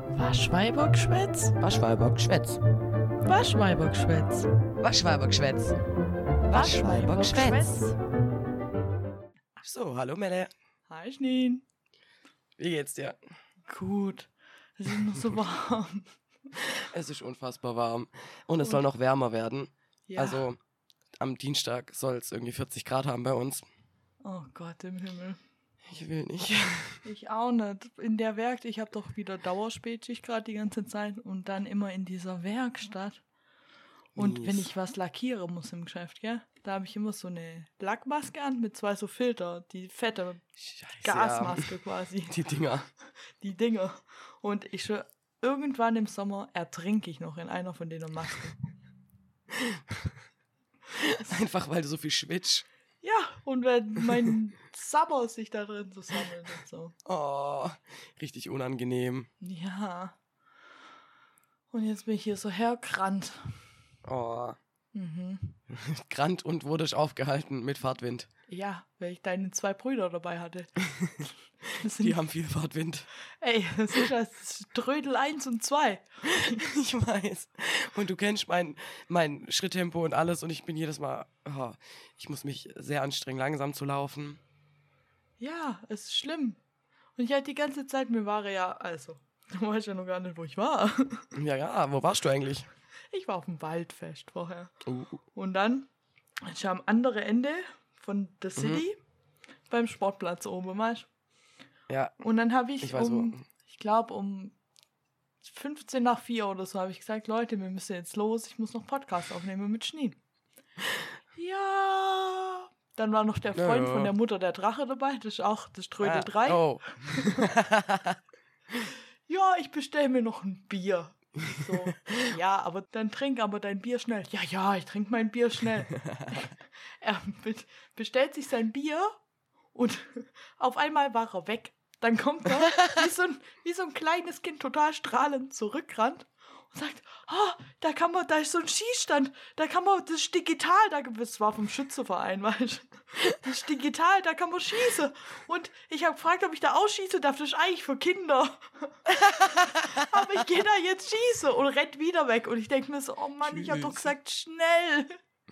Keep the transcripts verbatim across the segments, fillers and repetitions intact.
Waschweibergschwätz? Waschweibergschwätz. Waschweibergschwätz. Waschweibergschwätz. Waschweibergschwätz. So, hallo Melle. Hi Schneen. Wie geht's dir? Gut. Es ist noch so warm. Es ist unfassbar warm. Und es soll noch wärmer werden. Ja. Also am Dienstag soll es irgendwie vierzig Grad haben bei uns. Oh Gott im Himmel. Ich will nicht. Ich auch nicht. In der Werk, ich habe doch wieder Dauerspätschicht gerade die ganze Zeit und dann immer in dieser Werkstatt. Und Mies. wenn ich was lackieren muss im Geschäft, gell, da habe ich immer so eine Lackmaske an mit zwei so Filter, die fette Scheiße, Gasmaske ja. quasi. Die Dinger. Die Dinger. Und ich schwör, irgendwann im Sommer ertrinke ich noch in einer von denen Masken. Einfach weil du so viel schwitzt. Ja, und wenn mein Sabber sich da drin so sammelt und so. Oh, richtig unangenehm. Ja. Und jetzt bin ich hier so hergerannt. Oh. Mhm. Grant und wurdest aufgehalten mit Fahrtwind. Ja, weil ich deine zwei Brüder dabei hatte. Das sind, Die haben viel Fahrtwind. ey, das ist das Trödel eins und zwei. Ich weiß. Und du kennst mein, mein Schritttempo und alles und ich bin jedes Mal, oh, ich muss mich sehr anstrengen, langsam zu laufen. Ja, es ist schlimm. Und ich hatte die ganze Zeit, mir war ja, also, du weißt ja noch gar nicht, wo ich war. Ja, ja, wo warst du eigentlich? Ich war auf dem Waldfest vorher. Uh. Und dann, ich war am anderen Ende von der City, mhm. beim Sportplatz oben, weißt du? Ja. Und dann habe ich, ich weiß, um, wo. ich glaube um fünfzehn nach vier oder so, habe ich gesagt, Leute, wir müssen jetzt los, ich muss noch Podcast aufnehmen mit Schnee. Ja. Dann war noch der Freund ja, ja. von der Mutter der Drache dabei, das ist auch das Trödel ah, drei. Oh. Ja, ich bestelle mir noch ein Bier. So, ja, aber dann trink aber dein Bier schnell. Ja, ja, ich trinke mein Bier schnell. Er bestellt sich sein Bier und auf einmal war er weg. Dann kommt er wie so ein, wie so ein kleines Kind total strahlend zurückrannt und sagt, ah, da kann man, da ist so ein Schießstand, da kann man, das ist digital, da, das war vom Schützenverein, weißt du, das ist digital, da kann man schießen. Und ich habe gefragt, ob ich da ausschießen darf, das ist eigentlich für Kinder. Aber ich gehe da jetzt schießen und rennt wieder weg. Und ich denke mir so, oh Mann, Tschüss. Ich habe doch gesagt, schnell.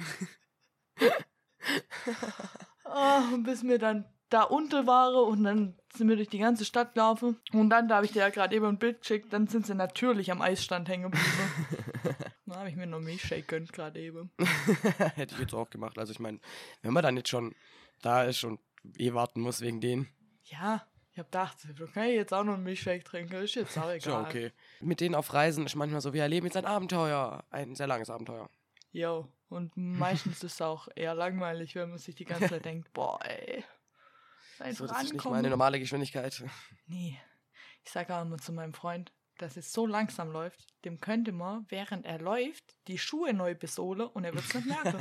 Oh, und bis wir dann da unten waren und dann sind wir durch die ganze Stadt gelaufen. Und dann, da habe ich dir ja gerade eben ein Bild geschickt, dann sind sie natürlich am Eisstand hängen geblieben. Dann habe ich mir noch Milchshake gönnt gerade eben. Hätte ich jetzt auch gemacht. Also ich meine, wenn man dann jetzt schon da ist und eh warten muss wegen denen. Ja, ich habe gedacht, okay, jetzt auch noch einen Milchshake trinken, ist jetzt auch egal. Ja, okay. Mit denen auf Reisen ist manchmal so, wir erleben jetzt ein Abenteuer. Ein sehr langes Abenteuer. Jo, und meistens ist es auch eher langweilig, wenn man sich die ganze Zeit denkt, boah, ey. So, das ist nicht meine normale Geschwindigkeit. Nee. Ich sage auch immer zu meinem Freund, dass es so langsam läuft, dem könnte man, während er läuft, die Schuhe neu besohlen und er wird es nicht merken.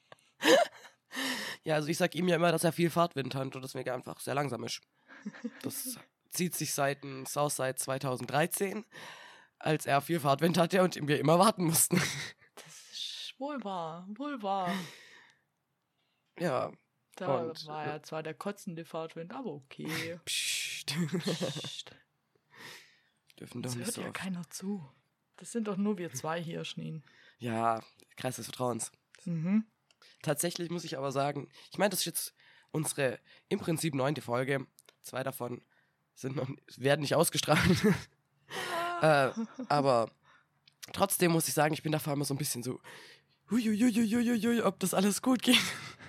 Ja, also ich sag ihm ja immer, dass er viel Fahrtwind hat und deswegen einfach sehr langsam ist. Das zieht sich seit dem Southside zweitausenddreizehn, als er viel Fahrtwind hatte und wir immer warten mussten. Das ist wohl wahr, wohl wahr. Ja. Da und, war ja zwar der kotzende Fahrtwind, aber okay. Psst. Psst. Dürfen doch das nicht hört so ja auf. keiner zu. Das sind doch nur wir zwei hier, Schneen. Ja, Kreis des Vertrauens. Mhm. Tatsächlich muss ich aber sagen, ich meine, das ist jetzt unsere im Prinzip neunte Folge. Zwei davon sind noch, werden nicht ausgestrahlt. äh, aber trotzdem muss ich sagen, ich bin da vor allem so ein bisschen so, huiuiuiuiuiui, ob das alles gut geht.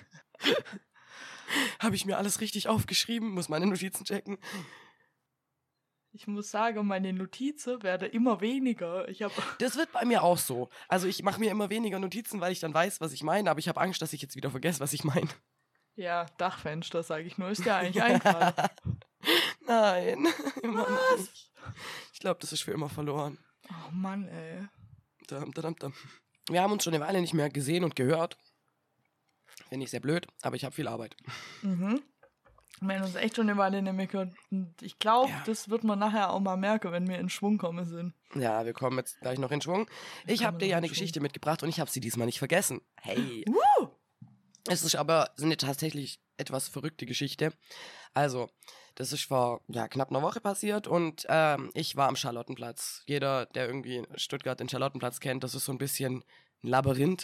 Habe ich mir alles richtig aufgeschrieben, muss meine Notizen checken. Ich muss sagen, meine Notizen werden immer weniger. Ich hab Das wird bei mir auch so. Also ich mache mir immer weniger Notizen, weil ich dann weiß, was ich meine, aber ich habe Angst, dass ich jetzt wieder vergesse, was ich meine. Ja, Dachfenster, sage ich nur. Ist der eigentlich eingefallen? Nein. Immer Was? nicht. Ich glaube, das ist für immer verloren. Oh Mann, ey. Dam, dam, dam. Wir haben uns schon eine Weile nicht mehr gesehen und gehört. Finde ich sehr blöd, aber ich habe viel Arbeit. Mhm. Wir haben uns echt schon eine Weile nicht mehr gehört. Und ich glaube, Ja. das wird man nachher auch mal merken, wenn wir in Schwung kommen sind. Ja, wir kommen jetzt gleich noch in Schwung. Ich kommen habe dir noch ja in eine Schwung. Geschichte mitgebracht und ich habe sie diesmal nicht vergessen. Hey. Woo! Es ist aber so eine tatsächlich etwas verrückte Geschichte. Also, Das ist vor ja, knapp einer Woche passiert und ähm, ich war am Charlottenplatz. Jeder, der irgendwie Stuttgart den Charlottenplatz kennt, das ist so ein bisschen ein Labyrinth.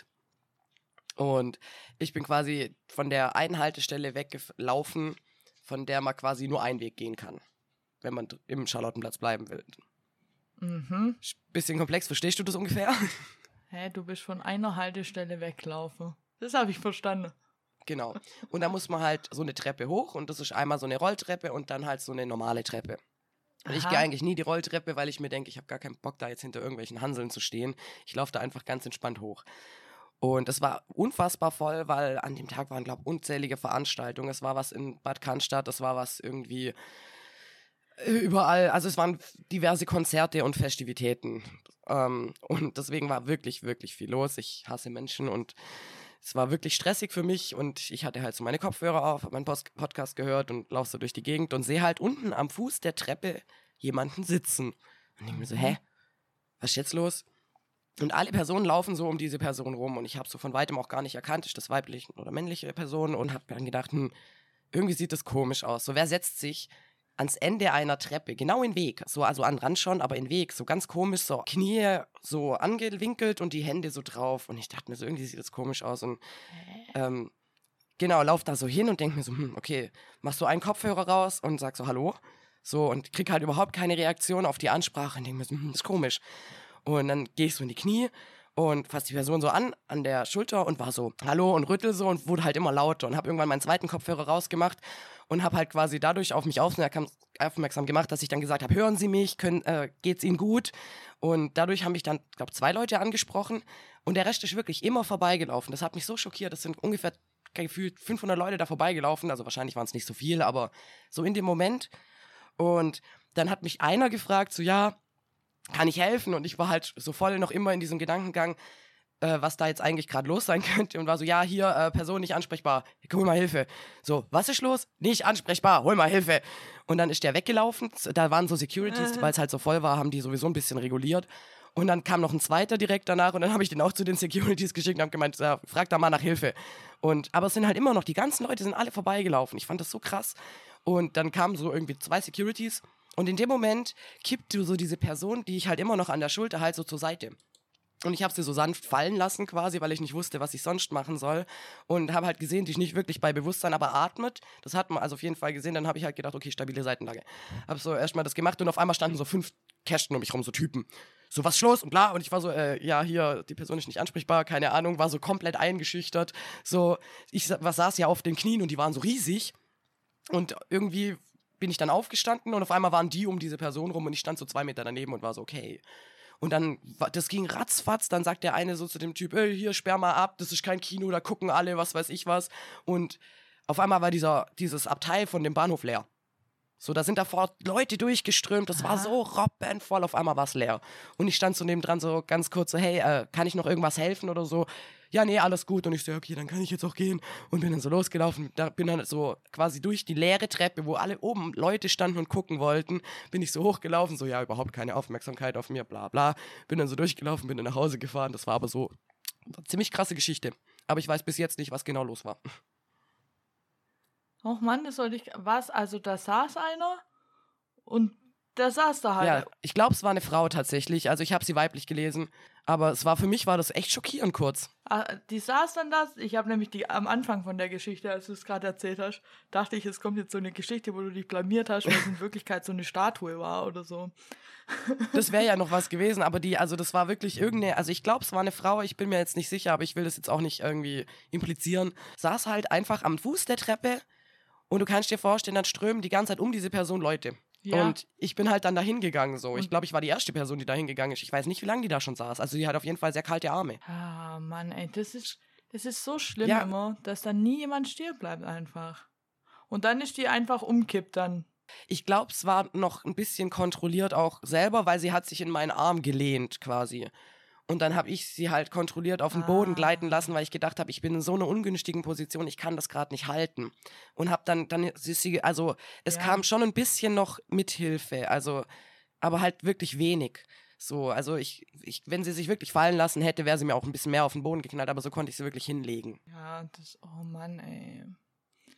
Und ich bin quasi von der einen Haltestelle weggelaufen, von der man quasi nur einen Weg gehen kann, wenn man im Charlottenplatz bleiben will. Mhm. Bisschen komplex, verstehst du das ungefähr? Hä, du bist von einer Haltestelle weglaufen. Das habe ich verstanden. Genau. Und da muss man halt so eine Treppe hoch und das ist einmal so eine Rolltreppe und dann halt so eine normale Treppe. Und ich Aha. gehe eigentlich nie die Rolltreppe, weil ich mir denke, ich habe gar keinen Bock, da jetzt hinter irgendwelchen Hanseln zu stehen. Ich laufe da einfach ganz entspannt hoch. Und es war unfassbar voll, weil an dem Tag waren, glaube ich, unzählige Veranstaltungen. Es war was in Bad Cannstatt, es war was irgendwie überall. Also es waren diverse Konzerte und Festivitäten. Ähm, und deswegen war wirklich, wirklich viel los. Ich hasse Menschen und es war wirklich stressig für mich. Und ich hatte halt so meine Kopfhörer auf, habe meinen Post- Podcast gehört und laufe so durch die Gegend und sehe halt unten am Fuß der Treppe jemanden sitzen. Und denke mir so, hä, was ist jetzt los? Und alle Personen laufen so um diese Person rum und ich habe so von weitem auch gar nicht erkannt, ist das weibliche oder männliche Person und habe dann gedacht, hm, irgendwie sieht das komisch aus. So, wer setzt sich ans Ende einer Treppe, genau in Weg, so also an Rand schon, aber in Weg, so ganz komisch, so Knie so angewinkelt und die Hände so drauf und ich dachte mir so, irgendwie sieht das komisch aus und ähm, genau, lauf da so hin und denk mir so, hm, okay, machst du einen Kopfhörer raus und sag so, hallo, so und krieg halt überhaupt keine Reaktion auf die Ansprache und denk mir so, hm, das ist komisch. Und dann gehe ich so in die Knie und fasse die Person so an, an der Schulter und war so, hallo und rüttel so und wurde halt immer lauter und habe irgendwann meinen zweiten Kopfhörer rausgemacht und habe halt quasi dadurch auf mich aufmerksam, aufmerksam gemacht, dass ich dann gesagt habe, hören Sie mich, können, äh, geht's Ihnen gut? Und dadurch haben mich dann, glaube zwei Leute angesprochen und der Rest ist wirklich immer vorbeigelaufen. Das hat mich so schockiert, das sind ungefähr gefühlt fünfhundert Leute da vorbeigelaufen, also wahrscheinlich waren es nicht so viel, aber so in dem Moment. Und dann hat mich einer gefragt, so ja, kann ich helfen? Und ich war halt so voll noch immer in diesem Gedankengang, äh, was da jetzt eigentlich gerade los sein könnte und war so, ja, hier, äh, Person nicht ansprechbar, hol mal Hilfe. So, was ist los? Nicht ansprechbar, hol mal Hilfe. Und dann ist der weggelaufen, da waren so Securities, weil es halt so voll war, haben die sowieso ein bisschen reguliert. Und dann kam noch ein zweiter direkt danach und dann habe ich den auch zu den Securities geschickt und habe gemeint, ja, frag da mal nach Hilfe. Und, aber es sind halt immer noch, die ganzen Leute sind alle vorbeigelaufen. Ich fand das so krass. Und dann kamen so irgendwie zwei Securities und in dem Moment kippt du so diese Person, die ich halt immer noch an der Schulter halt so zur Seite. Und ich habe sie so sanft fallen lassen quasi, weil ich nicht wusste, was ich sonst machen soll. Und habe halt gesehen, die ist nicht wirklich bei Bewusstsein, aber atmet. Das hat man also auf jeden Fall gesehen. Dann habe ich halt gedacht, okay, stabile Seitenlage. Habe so erstmal das gemacht und auf einmal standen so fünf Kästen um mich rum, so Typen. So, was ist los? Und bla. Und ich war so, äh, ja, hier, die Person ist nicht ansprechbar, keine Ahnung. War so komplett eingeschüchtert. So, ich was saß ja auf den Knien und die waren so riesig. Und irgendwie bin ich dann aufgestanden und auf einmal waren die um diese Person rum und ich stand so zwei Meter daneben und war so, okay. Und dann, das ging ratzfatz, dann sagt der eine so zu dem Typ, ey, hier, sperr mal ab, das ist kein Kino, da gucken alle, was weiß ich was. Und auf einmal war dieser, dieses Abteil von dem Bahnhof leer. So, da sind davor Leute durchgeströmt, das Aha. war so robbenvoll, auf einmal war es leer. Und ich stand so nebendran so ganz kurz so, hey, äh, kann ich noch irgendwas helfen oder so? Ja, nee, alles gut. Und ich so, okay, dann kann ich jetzt auch gehen. Und bin dann so losgelaufen, da bin dann so quasi durch die leere Treppe, wo alle oben Leute standen und gucken wollten, bin ich so hochgelaufen, so, ja, überhaupt keine Aufmerksamkeit auf mir, bla bla. Bin dann so durchgelaufen, bin dann nach Hause gefahren, das war aber so eine ziemlich krasse Geschichte. Aber ich weiß bis jetzt nicht, was genau los war. Och Mann, das sollte ich, was, also da saß einer und der saß da halt. Ja, ich glaube, es war eine Frau tatsächlich, also ich habe sie weiblich gelesen, aber es war, für mich war das echt schockierend kurz. Ah, die saß dann da, ich habe nämlich die am Anfang von der Geschichte, als du es gerade erzählt hast, dachte ich, es kommt jetzt so eine Geschichte, wo du dich blamiert hast, weil es in Wirklichkeit so eine Statue war oder so. Das wäre ja noch was gewesen, aber die, also das war wirklich irgendeine, also ich glaube, es war eine Frau, ich bin mir jetzt nicht sicher, aber ich will das jetzt auch nicht irgendwie implizieren, saß halt einfach am Fuß der Treppe und du kannst dir vorstellen, dann strömen die ganze Zeit um diese Person Leute. Ja. Und ich bin halt dann da hingegangen so. Ich glaube, ich war die erste Person, die da hingegangen ist. Ich weiß nicht, wie lange die da schon saß. Also die hat auf jeden Fall sehr kalte Arme. Ah, Mann, ey, das ist, das ist so schlimm ja. immer, dass da nie jemand stehen bleibt einfach. Und dann ist die einfach umkippt dann. Ich glaube, es war noch ein bisschen kontrolliert auch selber, weil sie hat sich in meinen Arm gelehnt quasi. Und dann habe ich sie halt kontrolliert auf den Boden ah. gleiten lassen, weil ich gedacht habe, ich bin in so einer ungünstigen Position, ich kann das gerade nicht halten. Und habe dann, dann ist sie, also es ja. kam schon ein bisschen noch Mithilfe, also, aber halt wirklich wenig. So, also ich, ich, wenn sie sich wirklich fallen lassen hätte, wäre sie mir auch ein bisschen mehr auf den Boden geknallt, aber so konnte ich sie wirklich hinlegen. Ja, das, oh Mann, ey.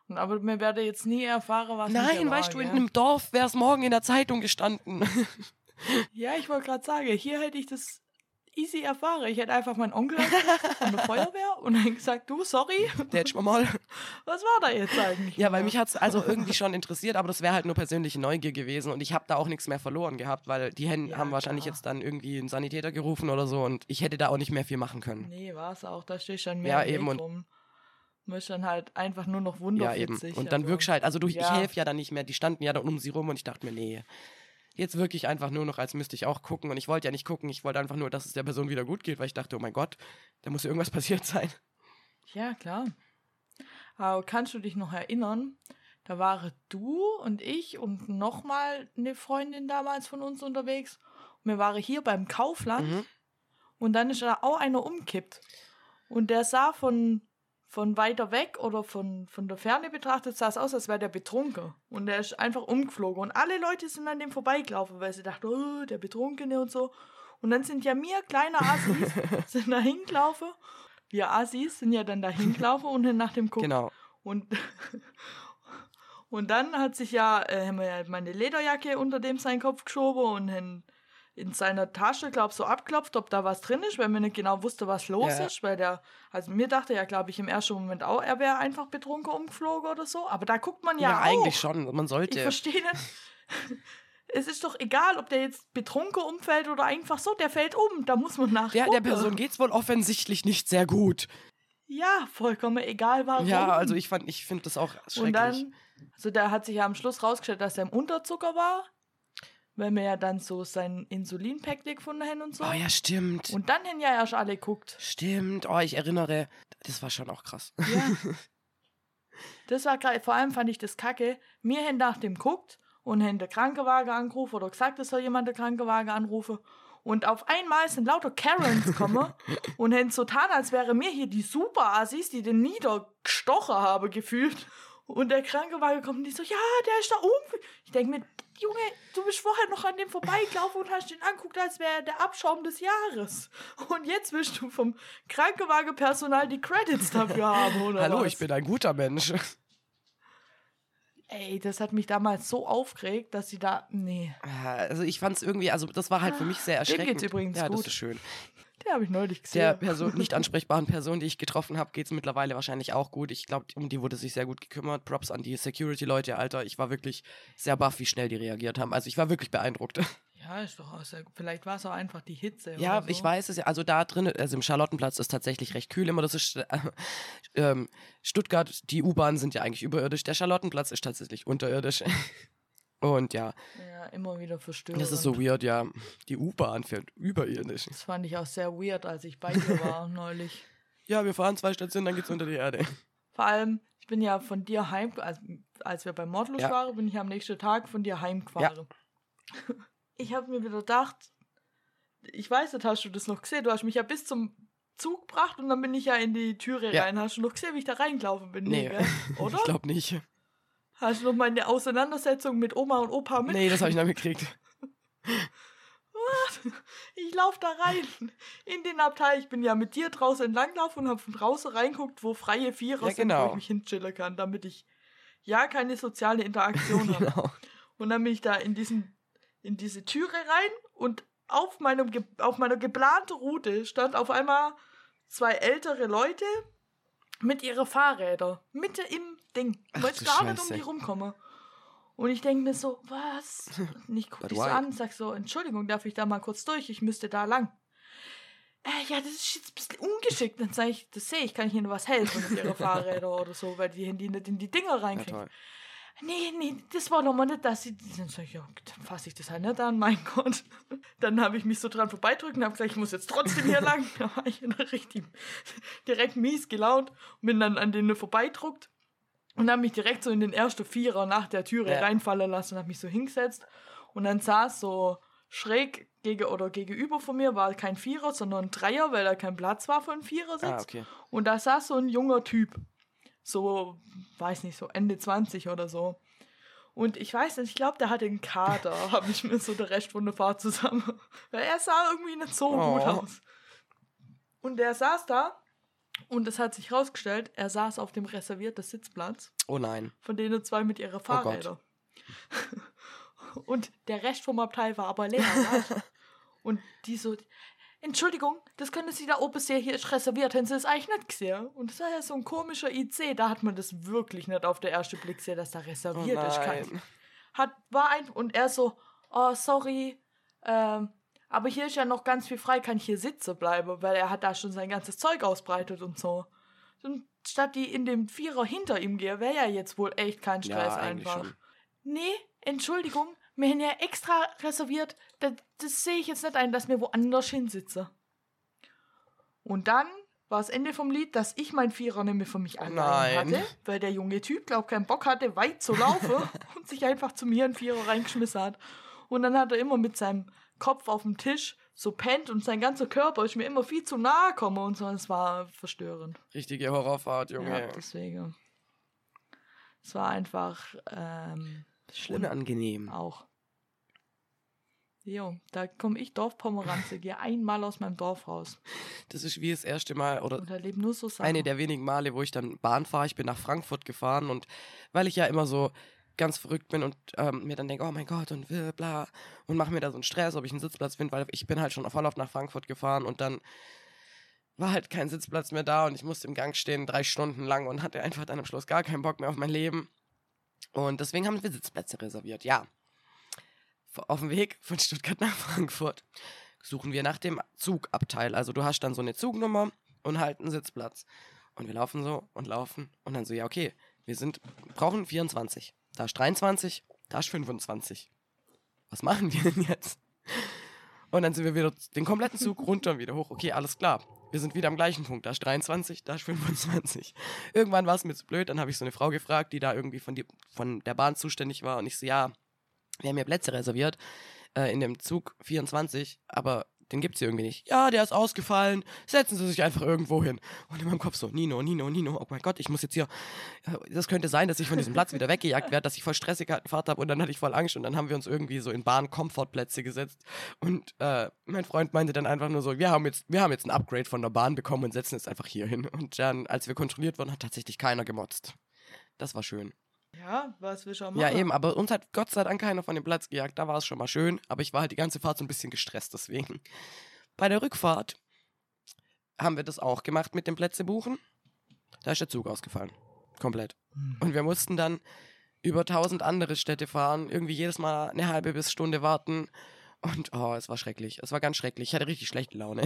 Und aber mir werde jetzt nie erfahren, was Nein, mit der weißt war, du, in gell? einem Dorf wäre es morgen in der Zeitung gestanden. Ja, ich wollte gerade sagen, hier hätte ich das easy erfahren. Ich hätte einfach meinen Onkel angerufen von der Feuerwehr und dann gesagt, du, sorry, Der hätte ich mal. was war da jetzt eigentlich? Ja, weil mich hat es also irgendwie schon interessiert, aber das wäre halt nur persönliche Neugier gewesen und ich habe da auch nichts mehr verloren gehabt, weil die Hen Ja, haben wahrscheinlich klar. jetzt dann irgendwie einen Sanitäter gerufen oder so und ich hätte da auch nicht mehr viel machen können. Nee, war es auch, da stehe ich dann mehr Ja, im Weg eben, und- rum. Man ist dann halt einfach nur noch Ja, wunderwitzig. eben. Und dann also, wirklich halt, also du, ich ja. helfe ja dann nicht mehr, die standen ja dann um sie rum und ich dachte mir, nee, jetzt wirklich einfach nur noch, als müsste ich auch gucken und ich wollte ja nicht gucken, ich wollte einfach nur, dass es der Person wieder gut geht, weil ich dachte, oh mein Gott, da muss ja irgendwas passiert sein. Ja, klar. Aber kannst du dich noch erinnern, da waren du und ich und nochmal eine Freundin damals von uns unterwegs. Und wir waren hier beim Kaufland Mhm. und dann ist da auch einer umkippt. Und der sah von, von weiter weg oder von, von der Ferne betrachtet, sah es aus, als wäre der betrunken. Und der ist einfach umgeflogen. Und alle Leute sind an dem vorbeigelaufen, weil sie dachten, oh, der Betrunkene und so. Und dann sind ja mir kleine Assis sind da hingelaufen. Wir Assis sind ja dann da hingelaufen und haben nach dem guckt. Genau. Und, und dann hat sich ja, äh, haben wir ja meine Lederjacke unter dem seinen Kopf geschoben und haben in seiner Tasche, glaube ich, so abklopft, ob da was drin ist, weil wir nicht genau wusste, was los Ja. ist. Weil der, also mir dachte ja, glaube ich, im ersten Moment auch, er wäre einfach betrunken umgeflogen oder so. Aber da guckt man ja, Ja, auch. eigentlich schon, man Ich sollte. verstehe nicht. Es ist doch egal, ob der jetzt betrunken umfällt oder einfach so, der fällt um. Da muss man Der, nachgucken. der Person geht's wohl offensichtlich nicht sehr gut. Ja, vollkommen egal, warum. Ja, also ich fand, ich finde das auch schrecklich. Und dann, also der hat sich ja am Schluss rausgestellt, dass er im Unterzucker war, weil wir ja dann so sein Insulinpack gefunden haben und so. Oh ja, stimmt. Und dann haben ja erst alle geguckt. Stimmt. Oh, ich erinnere. Das war schon auch krass. Ja. Das war geil. Vor allem fand ich das kacke. Wir haben nach dem geguckt und haben den Krankenwagen angerufen oder gesagt, es soll jemand den Krankenwagen anrufen. Und auf einmal sind lauter Karens gekommen und haben so getan, als wäre mir hier die Super-Assis, die den niedergestochen haben, gefühlt. Und der Krankenwagen kommt und die so, ja, der ist da oben. Ich denke mir, Junge, du bist vorher noch an dem vorbeigelaufen und hast den angeguckt, als wäre er der Abschaum des Jahres. Und jetzt willst du vom Krankenwagenpersonal die Credits dafür haben, oder Hallo, was? ich bin ein guter Mensch. Ey, das hat mich damals so aufgeregt, dass sie da, nee, Also ich fand es irgendwie, also das war halt für mich sehr Dem erschreckend. geht's übrigens ja, das gut. ist schön. der habe ich neulich Der gesehen. Person, nicht ansprechbaren Person, die ich getroffen habe, geht es mittlerweile wahrscheinlich auch gut. Ich glaube, um die wurde sich sehr gut gekümmert. Props an die Security-Leute, Alter. Ich war wirklich sehr baff, wie schnell die reagiert haben. Also ich war wirklich beeindruckt. Ja, ist doch auch sehr gut. Vielleicht war es auch einfach die Hitze. Ja, oder so. ich weiß es ja. Also da drin, also im Charlottenplatz ist tatsächlich recht kühl immer. Das ist äh, ähm, Stuttgart, die U-Bahnen sind ja eigentlich überirdisch. Der Charlottenplatz ist tatsächlich unterirdisch. Und ja, Ja, immer wieder verstörend. das ist so weird, ja. Die U-Bahn fährt überirdisch. Das fand ich auch sehr weird, als ich bei dir war neulich. Ja, wir fahren zwei Stationen, dann geht's unter die Erde. Vor allem, ich bin ja von dir heim, als, als wir bei Mordlust Ja. waren, bin ich am nächsten Tag von dir heimgefahren. Ich habe mir wieder gedacht, ich weiß nicht, hast du das noch gesehen? Du hast mich ja bis zum Zug gebracht und dann bin ich ja in die Türe Ja. rein. Hast du noch gesehen, wie ich da reingelaufen bin? Nee, gell? Oder? ich glaube nicht. Hast du noch meine Auseinandersetzung mit Oma und Opa mit? Nee, das habe ich noch mitgekriegt. Ich laufe da rein in den Abteil. Ich bin ja mit dir draußen entlanglaufen und habe von draußen reinguckt, wo freie Vierer Ja, sind, genau. wo ich mich hinchillen kann, damit ich ja keine soziale Interaktion habe. Genau. Und dann bin ich da in, diesen, in diese Türe rein und auf, meinem, ge- auf meiner geplanten Route stand auf einmal zwei ältere Leute mit ihren Fahrrädern mitten im Ding. Ich Ach wollte du gar nicht um Scheiße. die rumkommen. Und ich denke mir so, was? Und ich gucke But dich so why? an und sag so, Entschuldigung, darf ich da mal kurz durch? Ich müsste da lang. Äh, ja, das ist jetzt ein bisschen ungeschickt. Dann sage ich, das sehe ich, kann ich Ihnen was helfen mit Ihren Fahrrädern oder so, weil die die nicht in die Dinger Ja, reinkriegen. toll. Nee, nee, das war doch mal nicht, dass sie. Dann sag ich, ja, dann fasse ich das halt nicht an, mein Gott. Dann habe ich mich so dran vorbeidrücken und habe gesagt, ich muss jetzt trotzdem hier lang. Da war ich richtig direkt mies gelaunt und bin dann an denen vorbeidruckt und habe mich direkt so in den ersten Vierer nach der Türe Ja. reinfallen lassen und habe mich so hingesetzt. Und dann saß so schräg gegen oder gegenüber von mir, war kein Vierer, sondern ein Dreier, weil da kein Platz war für einen Vierersitz. Ah, okay. Und da saß so ein junger Typ. So, weiß nicht, so Ende zwanzig oder so. Und ich weiß nicht, ich glaube, der hatte einen Kater, habe ich mir so der Rest von der Fahrt zusammen. Weil er sah irgendwie nicht so Oh. gut aus. Und der saß da Und es hat sich rausgestellt, er saß auf dem reservierten Sitzplatz. Oh nein. Von denen zwei mit ihrer Fahrräder. Oh und der Rest vom Abteil war aber leer. Und die so, Entschuldigung, das können Sie da oben sehen, hier ist reserviert, haben Sie das eigentlich nicht gesehen? Und das war ja so ein komischer I C, da hat man das wirklich nicht auf den ersten Blick gesehen, dass da reserviert oh ist. nein. Hat, war ein, und er so, oh, sorry, ähm, aber hier ist ja noch ganz viel frei, kann ich hier sitzen bleiben, weil er hat da schon sein ganzes Zeug ausbreitet und so. Und statt die in dem Vierer hinter ihm gehen, wäre ja jetzt wohl echt kein Stress Ja, eigentlich einfach. schon. Nee, Entschuldigung, wir haben ja extra reserviert, das, das sehe ich jetzt nicht ein, dass wir woanders hinsitze. Und dann war das Ende vom Lied, dass ich mein Vierer nicht mehr für mich allein Nein. hatte, weil der junge Typ, glaub, keinen Bock hatte, weit zu laufen und sich einfach zu mir ein Vierer reingeschmissen hat. Und dann hat er immer mit seinem Kopf auf dem Tisch so pennt und sein ganzer Körper ist mir immer viel zu nahe gekommen und so. Es war verstörend. Richtige Horrorfahrt, Junge. Ja, deswegen. Es war einfach ähm, schlimm. Unangenehm. Auch. Jo, da komme ich Dorfpomeranze, gehe einmal aus meinem Dorf raus. Das ist wie das erste Mal, oder Und da leben nur so Sachen. eine der wenigen Male, wo ich dann Bahn fahre. Ich bin nach Frankfurt gefahren und weil ich ja immer so ganz verrückt bin und ähm, mir dann denke, oh mein Gott und bla und mache mir da so einen Stress, ob ich einen Sitzplatz finde, weil ich bin halt schon voll oft nach Frankfurt gefahren und dann war halt kein Sitzplatz mehr da und ich musste im Gang stehen, drei Stunden lang und hatte einfach dann am Schluss gar keinen Bock mehr auf mein Leben. Und deswegen haben wir Sitzplätze reserviert, ja. Auf dem Weg von Stuttgart nach Frankfurt suchen wir nach dem Zugabteil. Also du hast dann so eine Zugnummer und halt einen Sitzplatz. Und wir laufen so und laufen und dann so, ja okay, wir sind brauchen vierundzwanzig. Da ist dreiundzwanzig, da ist fünfundzwanzig. Was machen wir denn jetzt? Und dann sind wir wieder den kompletten Zug runter und wieder hoch. Okay, alles klar. Wir sind wieder am gleichen Punkt. Da ist dreiundzwanzig, da ist fünfundzwanzig. Irgendwann war es mir zu blöd. Dann habe ich so eine Frau gefragt, die da irgendwie von, die, von der Bahn zuständig war. Und ich so, ja, wir haben ja Plätze reserviert äh, in dem Zug vierundzwanzig, aber den gibt's hier irgendwie nicht. Ja, der ist ausgefallen, setzen Sie sich einfach irgendwo hin. Und in meinem Kopf so, Nino, Nino, Nino, oh mein Gott, ich muss jetzt hier, das könnte sein, dass ich von diesem Platz wieder weggejagt werde, dass ich voll stressige Fahrt habe und dann hatte ich voll Angst und dann haben wir uns irgendwie so in Bahn-Komfortplätze gesetzt und äh, mein Freund meinte dann einfach nur so, wir haben jetzt, wir haben jetzt ein Upgrade von der Bahn bekommen und setzen es einfach hier hin. Und dann, als wir kontrolliert wurden, hat tatsächlich keiner gemotzt. Das war schön. Ja, was wir schon machen. Ja, eben, aber uns hat Gott sei Dank keiner von dem Platz gejagt. Da war es schon mal schön, aber ich war halt die ganze Fahrt so ein bisschen gestresst deswegen. Bei der Rückfahrt haben wir das auch gemacht mit dem Plätze buchen. Da ist der Zug ausgefallen. Komplett. Hm. Und wir mussten dann über tausend andere Städte fahren, irgendwie jedes Mal eine halbe bis Stunde warten. Und oh, es war schrecklich. Es war ganz schrecklich. Ich hatte richtig schlechte Laune.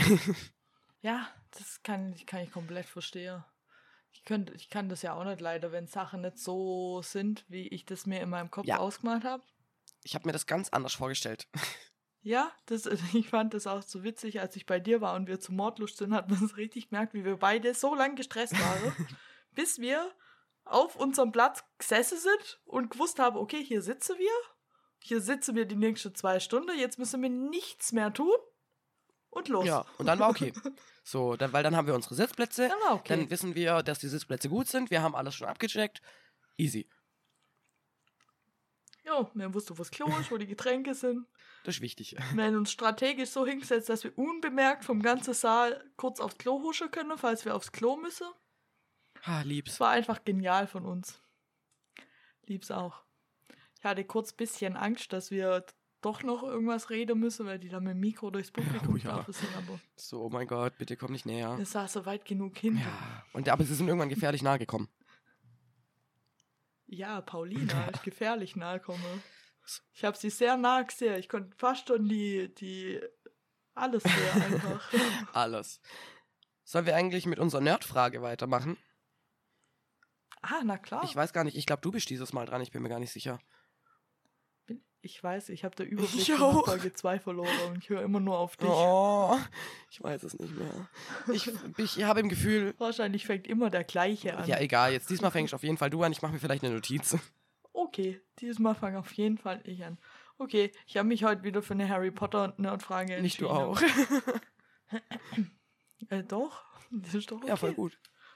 Ja, das kann, kann ich komplett verstehen. Ich, könnt, ich kann das ja auch nicht leider, wenn Sachen nicht so sind, wie ich das mir in meinem Kopf Ja. ausgemalt habe. Ich habe mir das ganz anders vorgestellt. Ja, das, ich fand das auch so witzig, als ich bei dir war und wir zu Mordlust sind, hat man es richtig gemerkt, wie wir beide so lange gestresst waren, bis wir auf unserem Platz gesessen sind und gewusst haben, okay, hier sitzen wir, hier sitzen wir die nächsten zwei Stunden, jetzt müssen wir nichts mehr tun und los. Ja, und dann war okay. So, dann, weil dann haben wir unsere Sitzplätze. Dann war okay. Dann wissen wir, dass die Sitzplätze gut sind. Wir haben alles schon abgecheckt. Easy. Ja, wir wussten, wo das Klo ist, wo die Getränke sind. Das ist wichtig. Wir haben uns strategisch so hingesetzt, dass wir unbemerkt vom ganzen Saal kurz aufs Klo huschen können, falls wir aufs Klo müssen. Ah, lieb's. Es war einfach genial von uns. Lieb's auch. Ich hatte kurz ein bisschen Angst, dass wir doch noch irgendwas reden müssen, weil die da mit dem Mikro durchs Publikum Oh ja. gelaufen sind, aber So, oh mein Gott, bitte komm nicht näher. es saß so weit genug hinten. Ja. Und, aber sie sind irgendwann gefährlich nahe gekommen. Ja, Paulina ist gefährlich nahe komme. Ich habe sie sehr nah gesehen. Ich konnte fast schon die, die alles sehen einfach. Alles. Sollen wir eigentlich mit unserer Nerdfrage weitermachen? Ah, na klar. Ich weiß gar nicht, ich glaube, du bist dieses Mal dran, ich bin mir gar nicht sicher. Bin- Ich weiß, ich habe der Überblick Ich von auch. Folge zwei verloren und ich höre immer nur auf dich. Oh, ich weiß es nicht mehr. Ich, ich habe im Gefühl, Wahrscheinlich fängt immer der gleiche an. ja egal, jetzt diesmal fängst auf jeden Fall du an, ich mache mir vielleicht eine Notiz. Okay, dieses Mal fange auf jeden Fall ich an. Okay, ich habe mich heute wieder für eine Harry Potter Nerdfrage entschieden. Nicht du auch. Äh, doch, das ist doch okay. Ja, voll gut.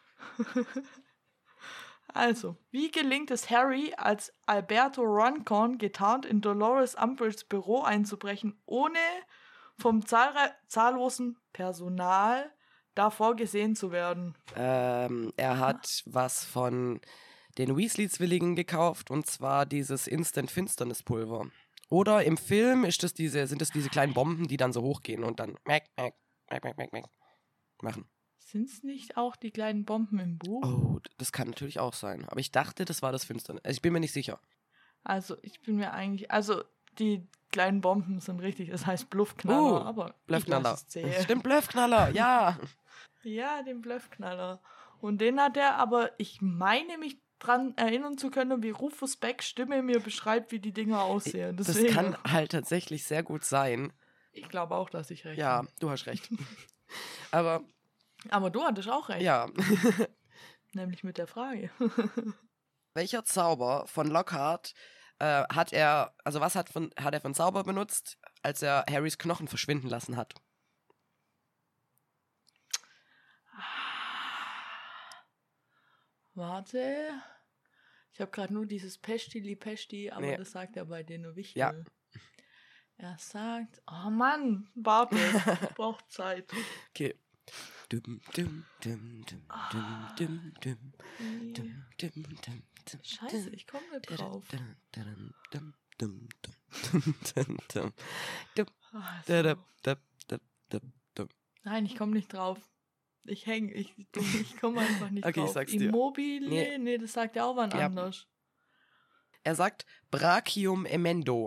Also, wie gelingt es Harry, als Alberto Runcorn getarnt in Dolores Umbridges Büro einzubrechen, ohne vom zahlre- zahllosen Personal davor gesehen zu werden? Ähm, er hat was von den Weasley-Zwillingen gekauft, und zwar dieses Instant-Finsternis-Pulver. Oder im Film ist das diese, sind das diese kleinen Bomben, die dann so hochgehen und dann mack, mack, mack, mack, mack, mack machen. Sind es nicht auch die kleinen Bomben im Buch? Oh, das kann natürlich auch sein. Aber ich dachte, das war das Finsternis. Also ich bin mir nicht sicher. Also ich bin mir eigentlich, also die kleinen Bomben sind richtig, das heißt Bluffknaller, Oh, aber Bluffknaller. ich lass es zählen. Stimmt, Bluffknaller, ja. Ja, den Bluffknaller. Und den hat er, aber ich meine mich dran erinnern zu können, wie Rufus Becks Stimme mir beschreibt, wie die Dinger aussehen. Das Deswegen, kann halt tatsächlich sehr gut sein. ich glaube auch, dass ich recht Ja, habe. du hast recht. Aber Aber du hattest auch recht. ja. Nämlich mit der Frage. Welcher Zauber von Lockhart äh, hat er, also was hat, von, hat er von Zauber benutzt, als er Harrys Knochen verschwinden lassen hat? Warte. Ich habe gerade nur dieses Pestili Pesti, aber Nee. das sagt er bei den Wichtel. Ja. Er sagt, oh Mann, warte, ich brauche Zeit. Okay. Dum, dum, dum, dum, dum, dum, dum, Nee. dum, dum, dum, dum, Scheiße, ich komme nicht drauf. dum, dum, dum, dum, dum, dum, dum, dum, Ah, dum, so. dum, dum, dum, dum. Nein, ich komme nicht drauf. Ich hänge, ich, ich komme einfach nicht Okay, ich drauf. sag's dir. Immobile? Nee. Nee. das sagt ja auch wann Ja. anders. Er sagt Brachium Emendo.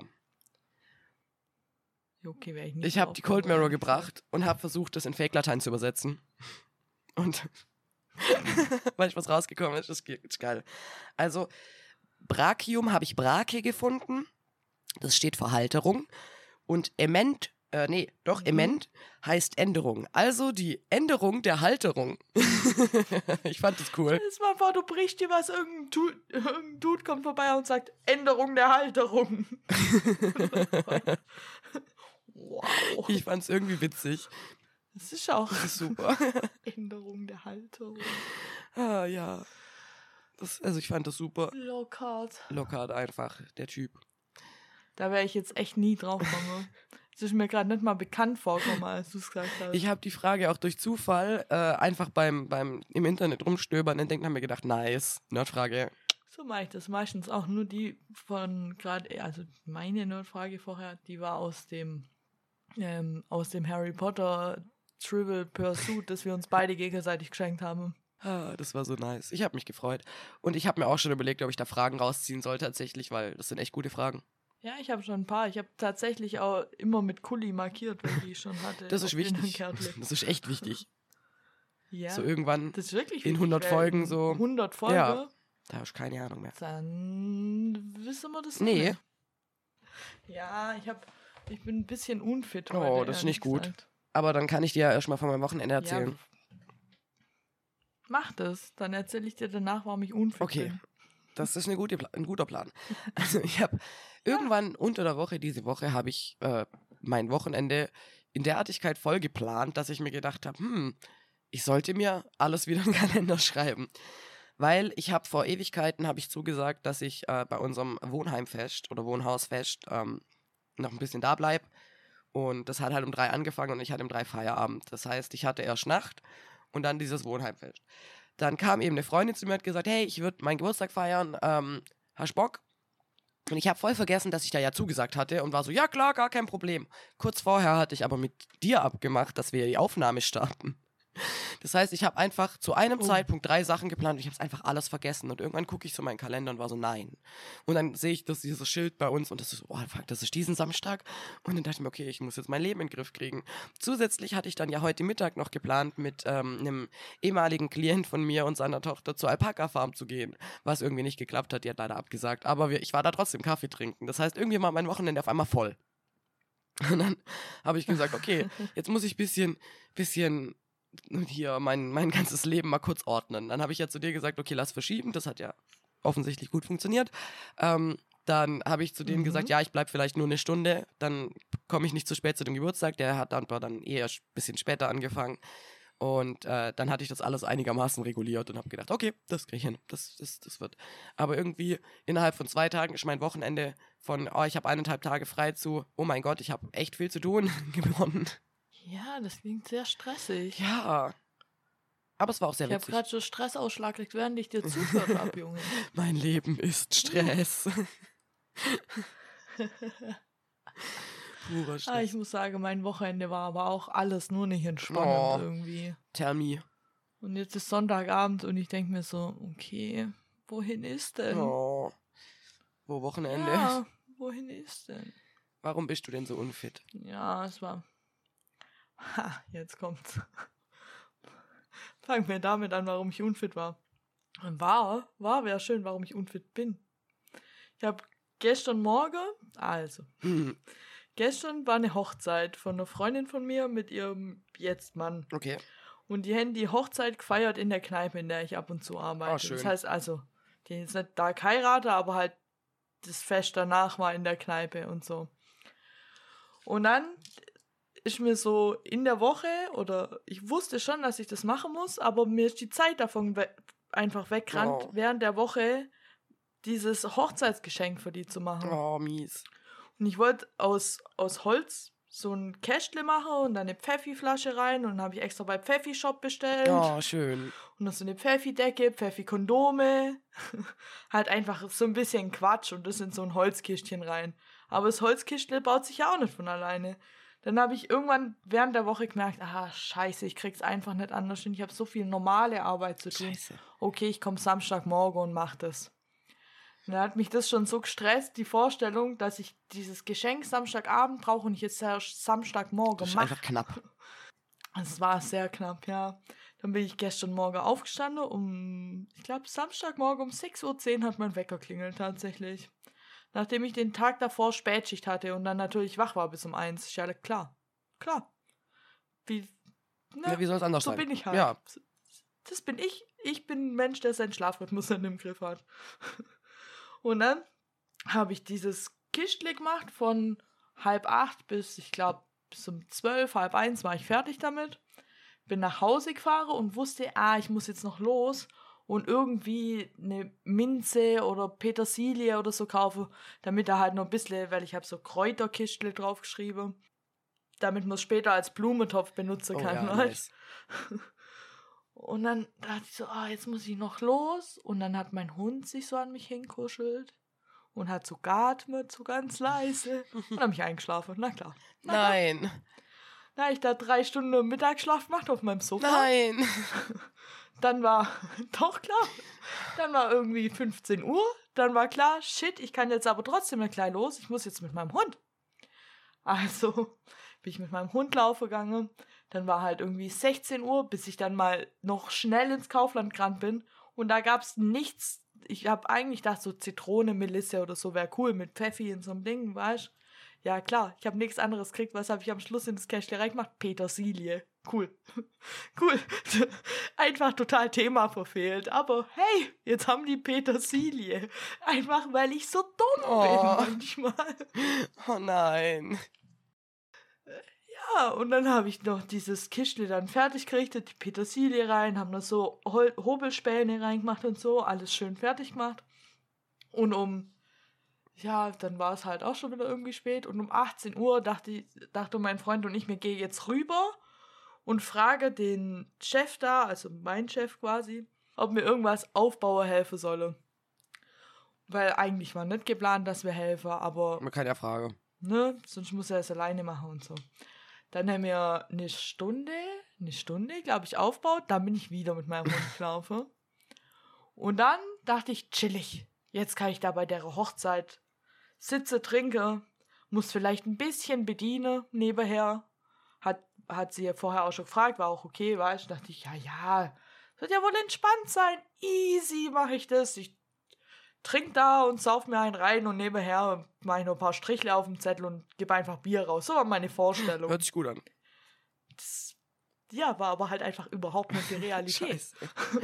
Okay, wäre ich nicht Ich habe drauf die Cold gekommen, Mirror ehrlich gebracht und habe versucht, das in Fake-Latein zu übersetzen. Und weil ich was rausgekommen ist, das ist geil. Also, Brachium habe ich Brake gefunden. Das steht für Halterung. Und Ement, äh, nee, doch, Mhm. Ement heißt Änderung. Also die Änderung der Halterung. Ich fand das cool. Stell dir mal vor, du brichst dir was, irgendein Dude, irgendein Dude kommt vorbei und sagt, Änderung der Halterung. Wow. Ich fand es irgendwie witzig. Das ist auch Das ist super. Änderung der Halterung. Ah, ja. Das, also ich fand das super. Lockhart. Lockhart einfach, der Typ. Da wäre ich jetzt echt nie drauf gekommen. Das ist mir gerade nicht mal bekannt vorgekommen, als du es gesagt hast. Ich habe die Frage auch durch Zufall äh, einfach beim, beim im Internet rumstöbern entdeckt und habe mir gedacht, nice, Nerdfrage. So mache ich das meistens auch. Nur die von gerade, also meine Nerdfrage vorher, die war aus dem ähm, aus dem Harry Potter Trivial Pursuit, das wir uns beide gegenseitig geschenkt haben. Ah, das war so nice. Ich habe mich gefreut. Und ich habe mir auch schon überlegt, ob ich da Fragen rausziehen soll tatsächlich, weil das sind echt gute Fragen. Ja, ich habe schon ein paar. Ich habe tatsächlich auch immer mit Kuli markiert, weil die ich schon hatte. Das ist auf den wichtig. Kärtchen. Das ist echt wichtig. Ja, So irgendwann, das ist wirklich in wichtig, hundert weil Folgen in so- hundert Folgen, Ja. da habe ich keine Ahnung mehr. dann wissen wir das Nee. nicht. Ja, ich hab, ich bin ein bisschen unfit Oh, heute, das ist ehrlich nicht gut. gesagt. Aber dann kann ich dir ja erstmal von meinem Wochenende erzählen. Ja, mach das, dann erzähle ich dir danach, warum ich unfit Okay. bin. Das ist eine gute Pla- ein guter Plan. Also ich habe irgendwann unter der Woche, diese Woche, habe ich äh, mein Wochenende in der Artigkeit voll geplant, dass ich mir gedacht habe, hm, ich sollte mir alles wieder im Kalender schreiben. Weil ich habe vor Ewigkeiten, habe ich zugesagt, dass ich äh, bei unserem Wohnheimfest oder Wohnhausfest ähm, noch ein bisschen da bleibe. Und das hat halt um drei angefangen und ich hatte um drei Feierabend. Das heißt, ich hatte erst Nacht und dann dieses Wohnheimfest. Dann kam eben eine Freundin zu mir und hat gesagt, hey, ich würde meinen Geburtstag feiern, ähm, hast Bock? Und ich habe voll vergessen, dass ich da ja zugesagt hatte und war so, ja klar, gar kein Problem. Kurz vorher hatte ich aber mit dir abgemacht, dass wir die Aufnahme starten. Das heißt, ich habe einfach zu einem Oh. Zeitpunkt drei Sachen geplant und ich habe es einfach alles vergessen. Und irgendwann gucke ich so meinen Kalender und war so, nein. Und dann sehe ich das, dieses Schild bei uns und das ist, oh fuck, das ist diesen Samstag. Und dann dachte ich mir, okay, ich muss jetzt mein Leben in den Griff kriegen. Zusätzlich hatte ich dann ja heute Mittag noch geplant, mit ähm, einem ehemaligen Klient von mir und seiner Tochter zur Alpaka-Farm zu gehen. Was irgendwie nicht geklappt hat, die hat leider abgesagt. Aber wir, ich war da trotzdem Kaffee trinken. Das heißt, irgendwie war mein Wochenende auf einmal voll. Und dann habe ich gesagt, okay, jetzt muss ich ein bisschen, bisschen hier mein, mein ganzes Leben mal kurz ordnen. Dann habe ich ja zu dir gesagt, okay, lass verschieben. Das hat ja offensichtlich gut funktioniert. Ähm, dann habe ich zu denen Mhm. gesagt, ja, ich bleibe vielleicht nur eine Stunde. Dann komme ich nicht zu spät zu dem Geburtstag. Der hat dann, war dann eher ein bisschen später angefangen. Und äh, dann hatte ich das alles einigermaßen reguliert und habe gedacht, okay, das kriege ich hin, das, das, das wird. Aber irgendwie innerhalb von zwei Tagen ist mein Wochenende von, oh, ich habe eineinhalb Tage frei zu, oh mein Gott, ich habe echt viel zu tun geworden. Ja, das klingt sehr stressig. Ja, Aber es war auch sehr Ich habe witzig. gerade schon Stressausschlag gekriegt, während ich dir zugehört habe, Junge. Mein Leben ist Stress. Purer Ah, Stress. ich muss sagen, mein Wochenende war aber auch alles nur nicht entspannend Oh. irgendwie. Tell me. Und jetzt ist Sonntagabend und ich denke mir so, okay, wohin ist denn? Oh. Wo Wochenende? Ja, wohin ist denn? Warum bist du denn so unfit? Ja, es war... Ha, jetzt kommt's. Fangen wir damit an, warum ich unfit war. War, war, wäre schön, warum ich unfit bin. Ich habe gestern Morgen, also, Hm. gestern war eine Hochzeit von einer Freundin von mir mit ihrem Jetzt-Mann. Okay. Und die haben die Hochzeit gefeiert in der Kneipe, in der ich ab und zu arbeite. Oh, schön. Das heißt also, die ist nicht da geheiratet, aber halt das Fest danach war in der Kneipe und so. Und dann ist mir so in der Woche, oder ich wusste schon, dass ich das machen muss, aber mir ist die Zeit davon we- einfach weggerannt, Oh. während der Woche dieses Hochzeitsgeschenk für die zu machen. Oh, mies. Und ich wollte aus, aus Holz so ein Kästle machen und dann eine Pfeffi-Flasche rein und dann habe ich extra bei Pfeffi-Shop bestellt. Oh, schön. Und noch so eine Pfeffi-Decke, Pfeffi-Kondome. Halt einfach so ein bisschen Quatsch und das in so ein Holzkistchen rein. Aber das Holzkistle baut sich ja auch nicht von alleine. Dann habe ich irgendwann während der Woche gemerkt, ah, scheiße, ich krieg's einfach nicht anders hin. Ich habe so viel normale Arbeit zu tun. Scheiße. Okay, ich komme Samstagmorgen und mach das. Und dann hat mich das schon so gestresst, die Vorstellung, dass ich dieses Geschenk Samstagabend brauche und ich jetzt erst Samstagmorgen Das ist mache. einfach knapp. Es war sehr knapp, ja. Dann bin ich gestern Morgen aufgestanden, um, ich glaube, Samstagmorgen um sechs Uhr zehn hat mein Wecker klingelt tatsächlich. Nachdem ich den Tag davor Spätschicht hatte und dann natürlich wach war bis um eins. Ist ja klar. Klar. Wie, ne, Ja, wie soll es anders so sein? bin ich halt. Ja. Das bin ich. Ich bin ein Mensch, der seinen Schlafrhythmus nicht im Griff hat. Und dann habe ich dieses Kistle gemacht von halb acht bis, ich glaube, bis um zwölf, halb eins war ich fertig damit. Bin nach Hause gefahren und wusste, ah, ich muss jetzt noch los und irgendwie eine Minze oder Petersilie oder so kaufen, damit da halt noch ein bisschen, weil ich habe so Kräuterkistle draufgeschrieben, damit man es später als Blumentopf benutzen Oh, kann. ja, halt. nice. Und dann dachte ich so, ah, jetzt muss ich noch los. Und dann hat mein Hund sich so an mich hinkuschelt und hat so geatmet, so ganz leise. Und dann habe ich eingeschlafen. Na klar. Na klar. Nein. Da habe ich da drei Stunden Mittagsschlaf gemacht auf meinem Sofa. Nein. Dann war, doch klar, dann war irgendwie fünfzehn Uhr. Dann war klar, shit, ich kann jetzt aber trotzdem nicht gleich los. Ich muss jetzt mit meinem Hund. Also bin ich mit meinem Hund laufen gegangen. Dann war halt irgendwie sechzehn Uhr, bis ich dann mal noch schnell ins Kaufland gerannt bin. Und da gab es nichts. Ich habe eigentlich gedacht, so Zitrone, Melisse oder so wäre cool mit Pfeffi in so einem Ding, weißt du? Ja, klar, ich habe nichts anderes gekriegt. Was habe ich am Schluss in das Kästchen reingemacht? Petersilie. Cool. Cool. Einfach total Thema verfehlt. Aber hey, jetzt haben die Petersilie. Einfach, weil ich so dumm Oh. bin manchmal. Oh nein. Ja, und dann habe ich noch dieses Kistle dann fertig gerichtet, die Petersilie rein, haben noch so Hol- Hobelspäne reingemacht und so, alles schön fertig gemacht. Und um, ja, dann war es halt auch schon wieder irgendwie spät. Und um achtzehn Uhr dachte, ich- dachte mein Freund und ich, mir gehe jetzt rüber und frage den Chef da, also mein Chef quasi, ob mir irgendwas Aufbauer helfen solle. Weil eigentlich war nicht geplant, dass wir helfen, aber Man kann ja fragen. ne, sonst muss er es alleine machen und so. Dann haben wir eine Stunde, eine Stunde, glaube ich, aufgebaut. Dann bin ich wieder mit meinem Hund gelaufen. Und dann dachte ich, chillig. Jetzt kann ich da bei der Hochzeit sitze, trinke, muss vielleicht ein bisschen bedienen nebenher. Hat, hat sie ja vorher auch schon gefragt, war auch okay, weißt du. Dachte ich, ja, ja, wird ja wohl entspannt sein. Easy mache ich das. Ich trink da und sauf mir einen rein und nebenher mache ich noch ein paar Strichle auf dem Zettel und gebe einfach Bier raus. So war meine Vorstellung. Hört sich gut an. Das, ja, war aber halt einfach überhaupt nicht die Realität. Scheiße.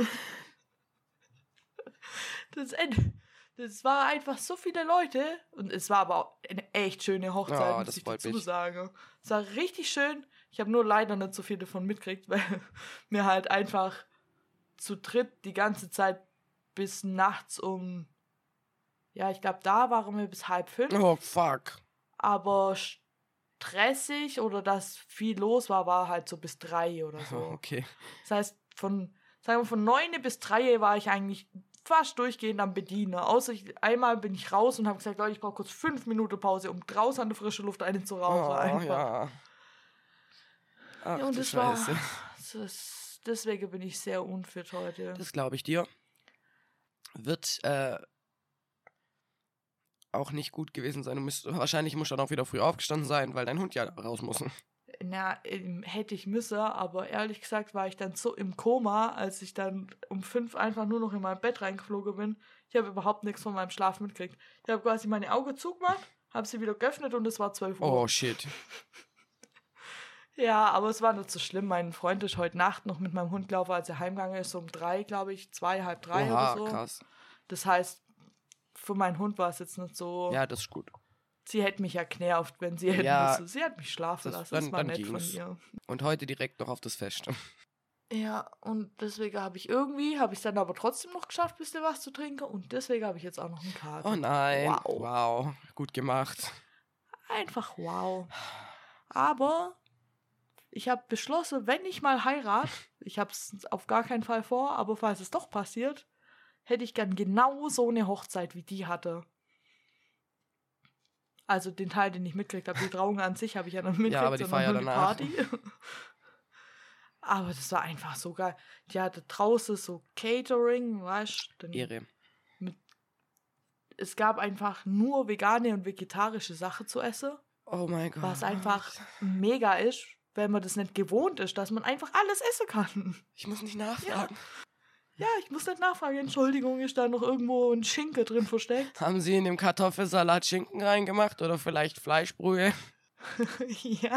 Das, Ende- das war einfach so viele Leute und es war aber auch eine echt schöne Hochzeit, Oh, muss das ich freut dazu mich. sagen. Es war richtig schön. Ich habe nur leider nicht so viel davon mitgekriegt, weil mir halt einfach zu dritt die ganze Zeit bis nachts um, ja, ich glaube, da waren wir bis halb fünf. Oh, fuck. Aber stressig oder dass viel los war, war halt so bis drei oder so. Okay. Das heißt, von sagen wir von neun bis drei war ich eigentlich fast durchgehend am Bedienen. Außer ich, einmal bin ich raus und habe gesagt, Leute, ich brauche kurz fünf Minuten Pause, um draußen an der frischen Luft eine zu rauchen. Oh, einfach. ja. Ach, Ja, und du das war, Scheiße. das, deswegen bin ich sehr unfit heute. Das glaube ich dir. Wird äh, auch nicht gut gewesen sein. Du müsst, wahrscheinlich musst du dann auch wieder früh aufgestanden sein, weil dein Hund ja raus muss. Na, ähm, hätte ich müssen, aber ehrlich gesagt war ich dann so im Koma, als ich dann um fünf einfach nur noch in mein Bett reingeflogen bin. Ich habe überhaupt nichts von meinem Schlaf mitgekriegt. Ich habe quasi meine Augen zugemacht, habe sie wieder geöffnet und es war zwölf Uhr. Oh, shit. Ja, aber es war nicht so schlimm. Mein Freund ist heute Nacht noch mit meinem Hund gelaufen, als er heimgegangen ist, um drei, glaube ich, zwei, halb drei Oha, oder so. krass. Das heißt, für meinen Hund war es jetzt nicht so... Ja, das ist gut. Sie hätte mich ja genervt, wenn sie hätte Ja, müssen. Sie hat mich schlafen das- lassen. dann- Das war dann nett von ging's. ihr. Und heute direkt noch auf das Fest. Ja, und deswegen habe ich irgendwie, habe ich es dann aber trotzdem noch geschafft, ein bisschen was zu trinken. Und deswegen habe ich jetzt auch noch einen Kater. Oh nein. Wow. Wow. Gut gemacht. Einfach wow. Aber ich habe beschlossen, wenn ich mal heirate, ich habe es auf gar keinen Fall vor, aber falls es doch passiert, hätte ich gern genau so eine Hochzeit, wie die hatte. Also den Teil, den ich mitgekriegt habe, die Trauung an sich habe ich ja noch mitgekriegt, Ja, aber die sondern Feier nur die danach. Party. Aber das war einfach so geil. Die hatte draußen so Catering, weißt du? dann Ehre. Es gab einfach nur vegane und vegetarische Sachen zu essen, Oh mein Gott. was einfach mega ist, wenn man das nicht gewohnt ist, dass man einfach alles essen kann. Ich muss nicht nachfragen. Ja, ich muss nicht nachfragen. Entschuldigung, ist da noch irgendwo ein Schinken drin versteckt? Haben Sie in dem Kartoffelsalat Schinken reingemacht oder vielleicht Fleischbrühe? Ja.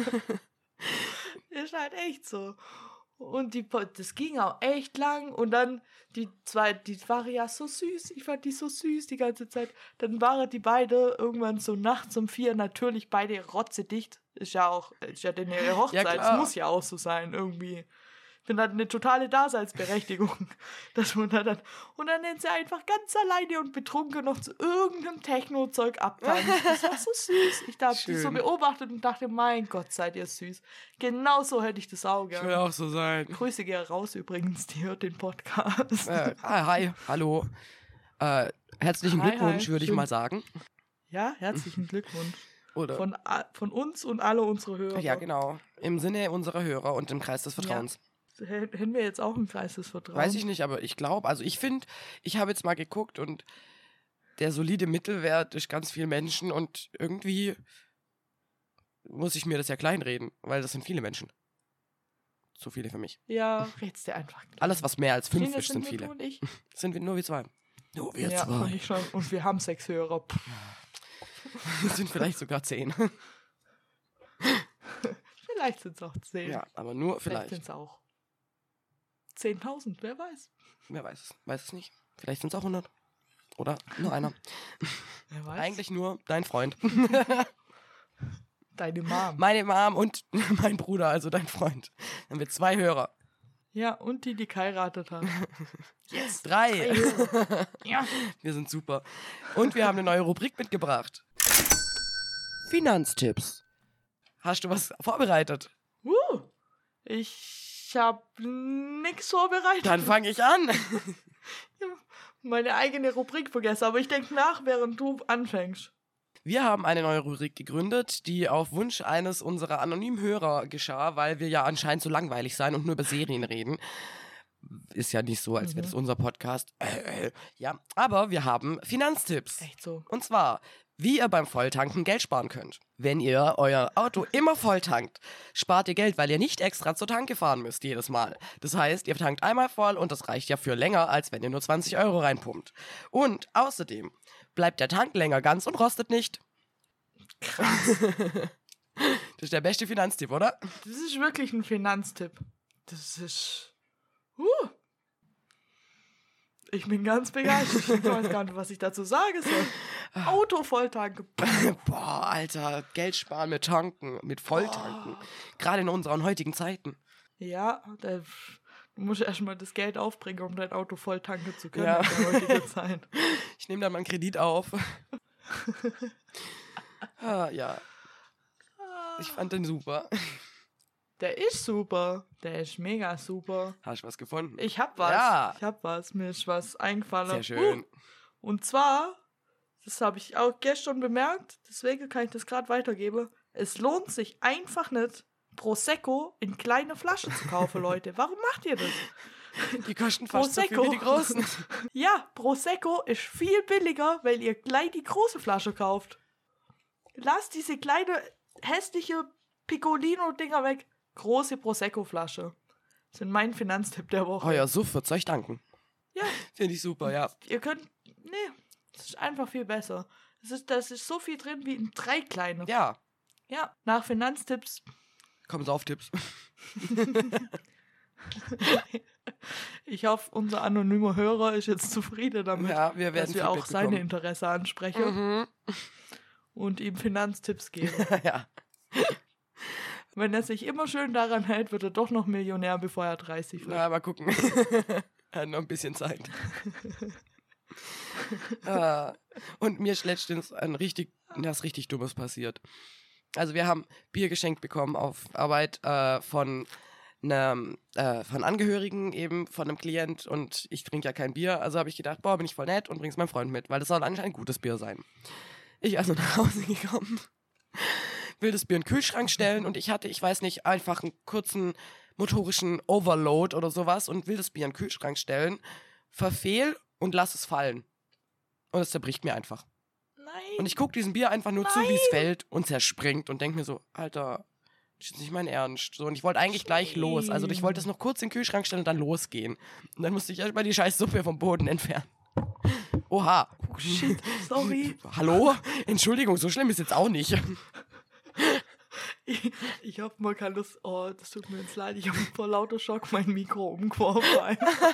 Ist halt echt so. Und die, Po- das ging auch echt lang. Und dann die zwei, die waren ja so süß. Ich fand die so süß die ganze Zeit. Dann waren die beide irgendwann so nachts um vier natürlich beide rotzedicht. Ist ja auch, ist ja denn ihre Hochzeit. Ja, Es klar. muss ja auch so sein, irgendwie. Ich finde das eine totale Daseinsberechtigung, dass man da dann, und dann nennt sie einfach ganz alleine und betrunken noch zu irgendeinem Techno-Zeug abtanzt. Das war so süß. Ich habe die so Schön. beobachtet und dachte, mein Gott, seid ihr süß. Genau so hätte ich das auch Ich will gerne. auch so sein. Grüße gehen raus übrigens, die hört den Podcast. Äh, ah, hi, hallo. Äh, herzlichen Hi, Glückwunsch, hi. würde ich Schön. mal sagen. Ja, herzlichen Glückwunsch. Oder? Von, a- von uns und alle unsere Hörer. Ja, genau. Im Sinne unserer Hörer und im Kreis des Vertrauens. H- Hätten wir jetzt auch einen Kreis des Vertrauens? Weiß ich nicht, aber ich glaube, also ich finde, ich habe jetzt mal geguckt und der solide Mittelwert ist ganz viel Menschen und irgendwie muss ich mir das ja kleinreden, weil das sind viele Menschen. Zu viele für mich. Ja, redst dir einfach. Alles, was mehr als fünf Kinder ist, sind nur viele. du und ich. Sind wir nur wir zwei. Nur wir Ja, und ich schon. Und wir haben sechs Hörer. Pff, sind vielleicht sogar zehn. vielleicht sind es auch zehn. Ja, aber nur vielleicht vielleicht. sind es auch zehntausend, wer weiß. Wer weiß es. Weiß es nicht. Vielleicht sind es auch hundert. Oder nur einer. Wer weiß. Eigentlich nur dein Freund. Deine Mom. Meine Mom und mein Bruder, also dein Freund. Dann haben wir zwei Hörer. Ja, und die, die geheiratet hat. Yes. Drei. Ja. Wir sind super. Und wir haben eine neue Rubrik mitgebracht. Finanztipps. Hast du was vorbereitet? Uh, ich hab nix vorbereitet. Dann fange ich an. Meine eigene Rubrik vergessen, aber ich denke nach, während du anfängst. Wir haben eine neue Rubrik gegründet, die auf Wunsch eines unserer anonymen Hörer geschah, weil wir ja anscheinend so langweilig sein und nur über Serien reden. Ist ja nicht so, als wäre das unser Podcast. Äh, äh, ja, aber wir haben Finanztipps. Echt so. Und zwar, wie ihr beim Volltanken Geld sparen könnt. Wenn ihr euer Auto immer volltankt, spart ihr Geld, weil ihr nicht extra zur Tanke fahren müsst jedes Mal. Das heißt, ihr tankt einmal voll und das reicht ja für länger, als wenn ihr nur zwanzig Euro reinpumpt. Und außerdem bleibt der Tank länger ganz und rostet nicht. Krass. Das ist der beste Finanztipp, oder? Das ist wirklich ein Finanztipp. Das ist... Uh. Ich bin ganz begeistert. Ich weiß gar nicht, was ich dazu sagen soll. Auto volltanken. Boah, Alter, Geld sparen mit Tanken, mit Volltanken. Gerade in unseren heutigen Zeiten. Ja, da, du musst erstmal das Geld aufbringen, um dein Auto voll tanken zu können Ja. in der heutigen Zeit. Ich nehme dann mal einen Kredit auf. ah, ja, ich fand den super. Der ist super. Der ist mega super. Hast du was gefunden? Ich hab was. Ja. Ich hab was. Mir ist was eingefallen. Sehr schön. Uh. Und zwar, das habe ich auch gestern bemerkt, deswegen kann ich das gerade weitergeben. Es lohnt sich einfach nicht, Prosecco in kleine Flaschen zu kaufen, Leute. Warum macht ihr das? Die kosten fast so viel Prosecco. wie die großen. Ja, Prosecco ist viel billiger, weil ihr gleich die große Flasche kauft. Lasst diese kleine, hässliche Piccolino-Dinger weg. Große Prosecco-Flasche. Das ist mein Finanztipp der Woche. Oh ja, so wird's euch danken. Ja. Finde ich super, ja. Ihr könnt, nee, das ist einfach viel besser. Das ist, das ist so viel drin wie in drei kleine. Ja. Ja, nach Finanztipps. Kommen Sie auf Tipps. Ich hoffe, unser anonymer Hörer ist jetzt zufrieden damit, Ja, wir werden dass wir Feedback auch seine bekommen. Interesse ansprechen Mhm. und ihm Finanztipps geben. Ja. Wenn er sich immer schön daran hält, wird er doch noch Millionär, bevor er dreißig wird. Na, mal gucken. Er hat noch ein bisschen Zeit. ah, und mir ist letztens ein richtig, das richtig Dummes passiert. Also wir haben Bier geschenkt bekommen auf Arbeit äh, von einem äh, von Angehörigen eben, von einem Klient, und ich trinke ja kein Bier, also habe ich gedacht, boah, bin ich voll nett und bring's meinem Freund mit, weil das soll anscheinend gutes Bier sein. Ich also nach Hause gekommen, will das Bier in den Kühlschrank stellen und ich hatte, ich weiß nicht, einfach einen kurzen motorischen Overload oder sowas und will das Bier in den Kühlschrank stellen, verfehl und lass es fallen. Und es zerbricht mir einfach. Nein. Und ich gucke diesem Bier einfach nur zu, wie es fällt und zerspringt und denke mir so, Alter, das ist nicht mein Ernst. So, und ich wollte eigentlich gleich los. Also ich wollte es noch kurz in den Kühlschrank stellen und dann losgehen. Und dann musste ich erstmal die scheiß Suppe vom Boden entfernen. Oha. Oh shit, sorry. Hallo? Entschuldigung, so schlimm ist jetzt auch nicht. Ich, ich hoffe, man kann das. Oh, das tut mir jetzt leid. Ich habe vor lauter Schock mein Mikro umgeworfen.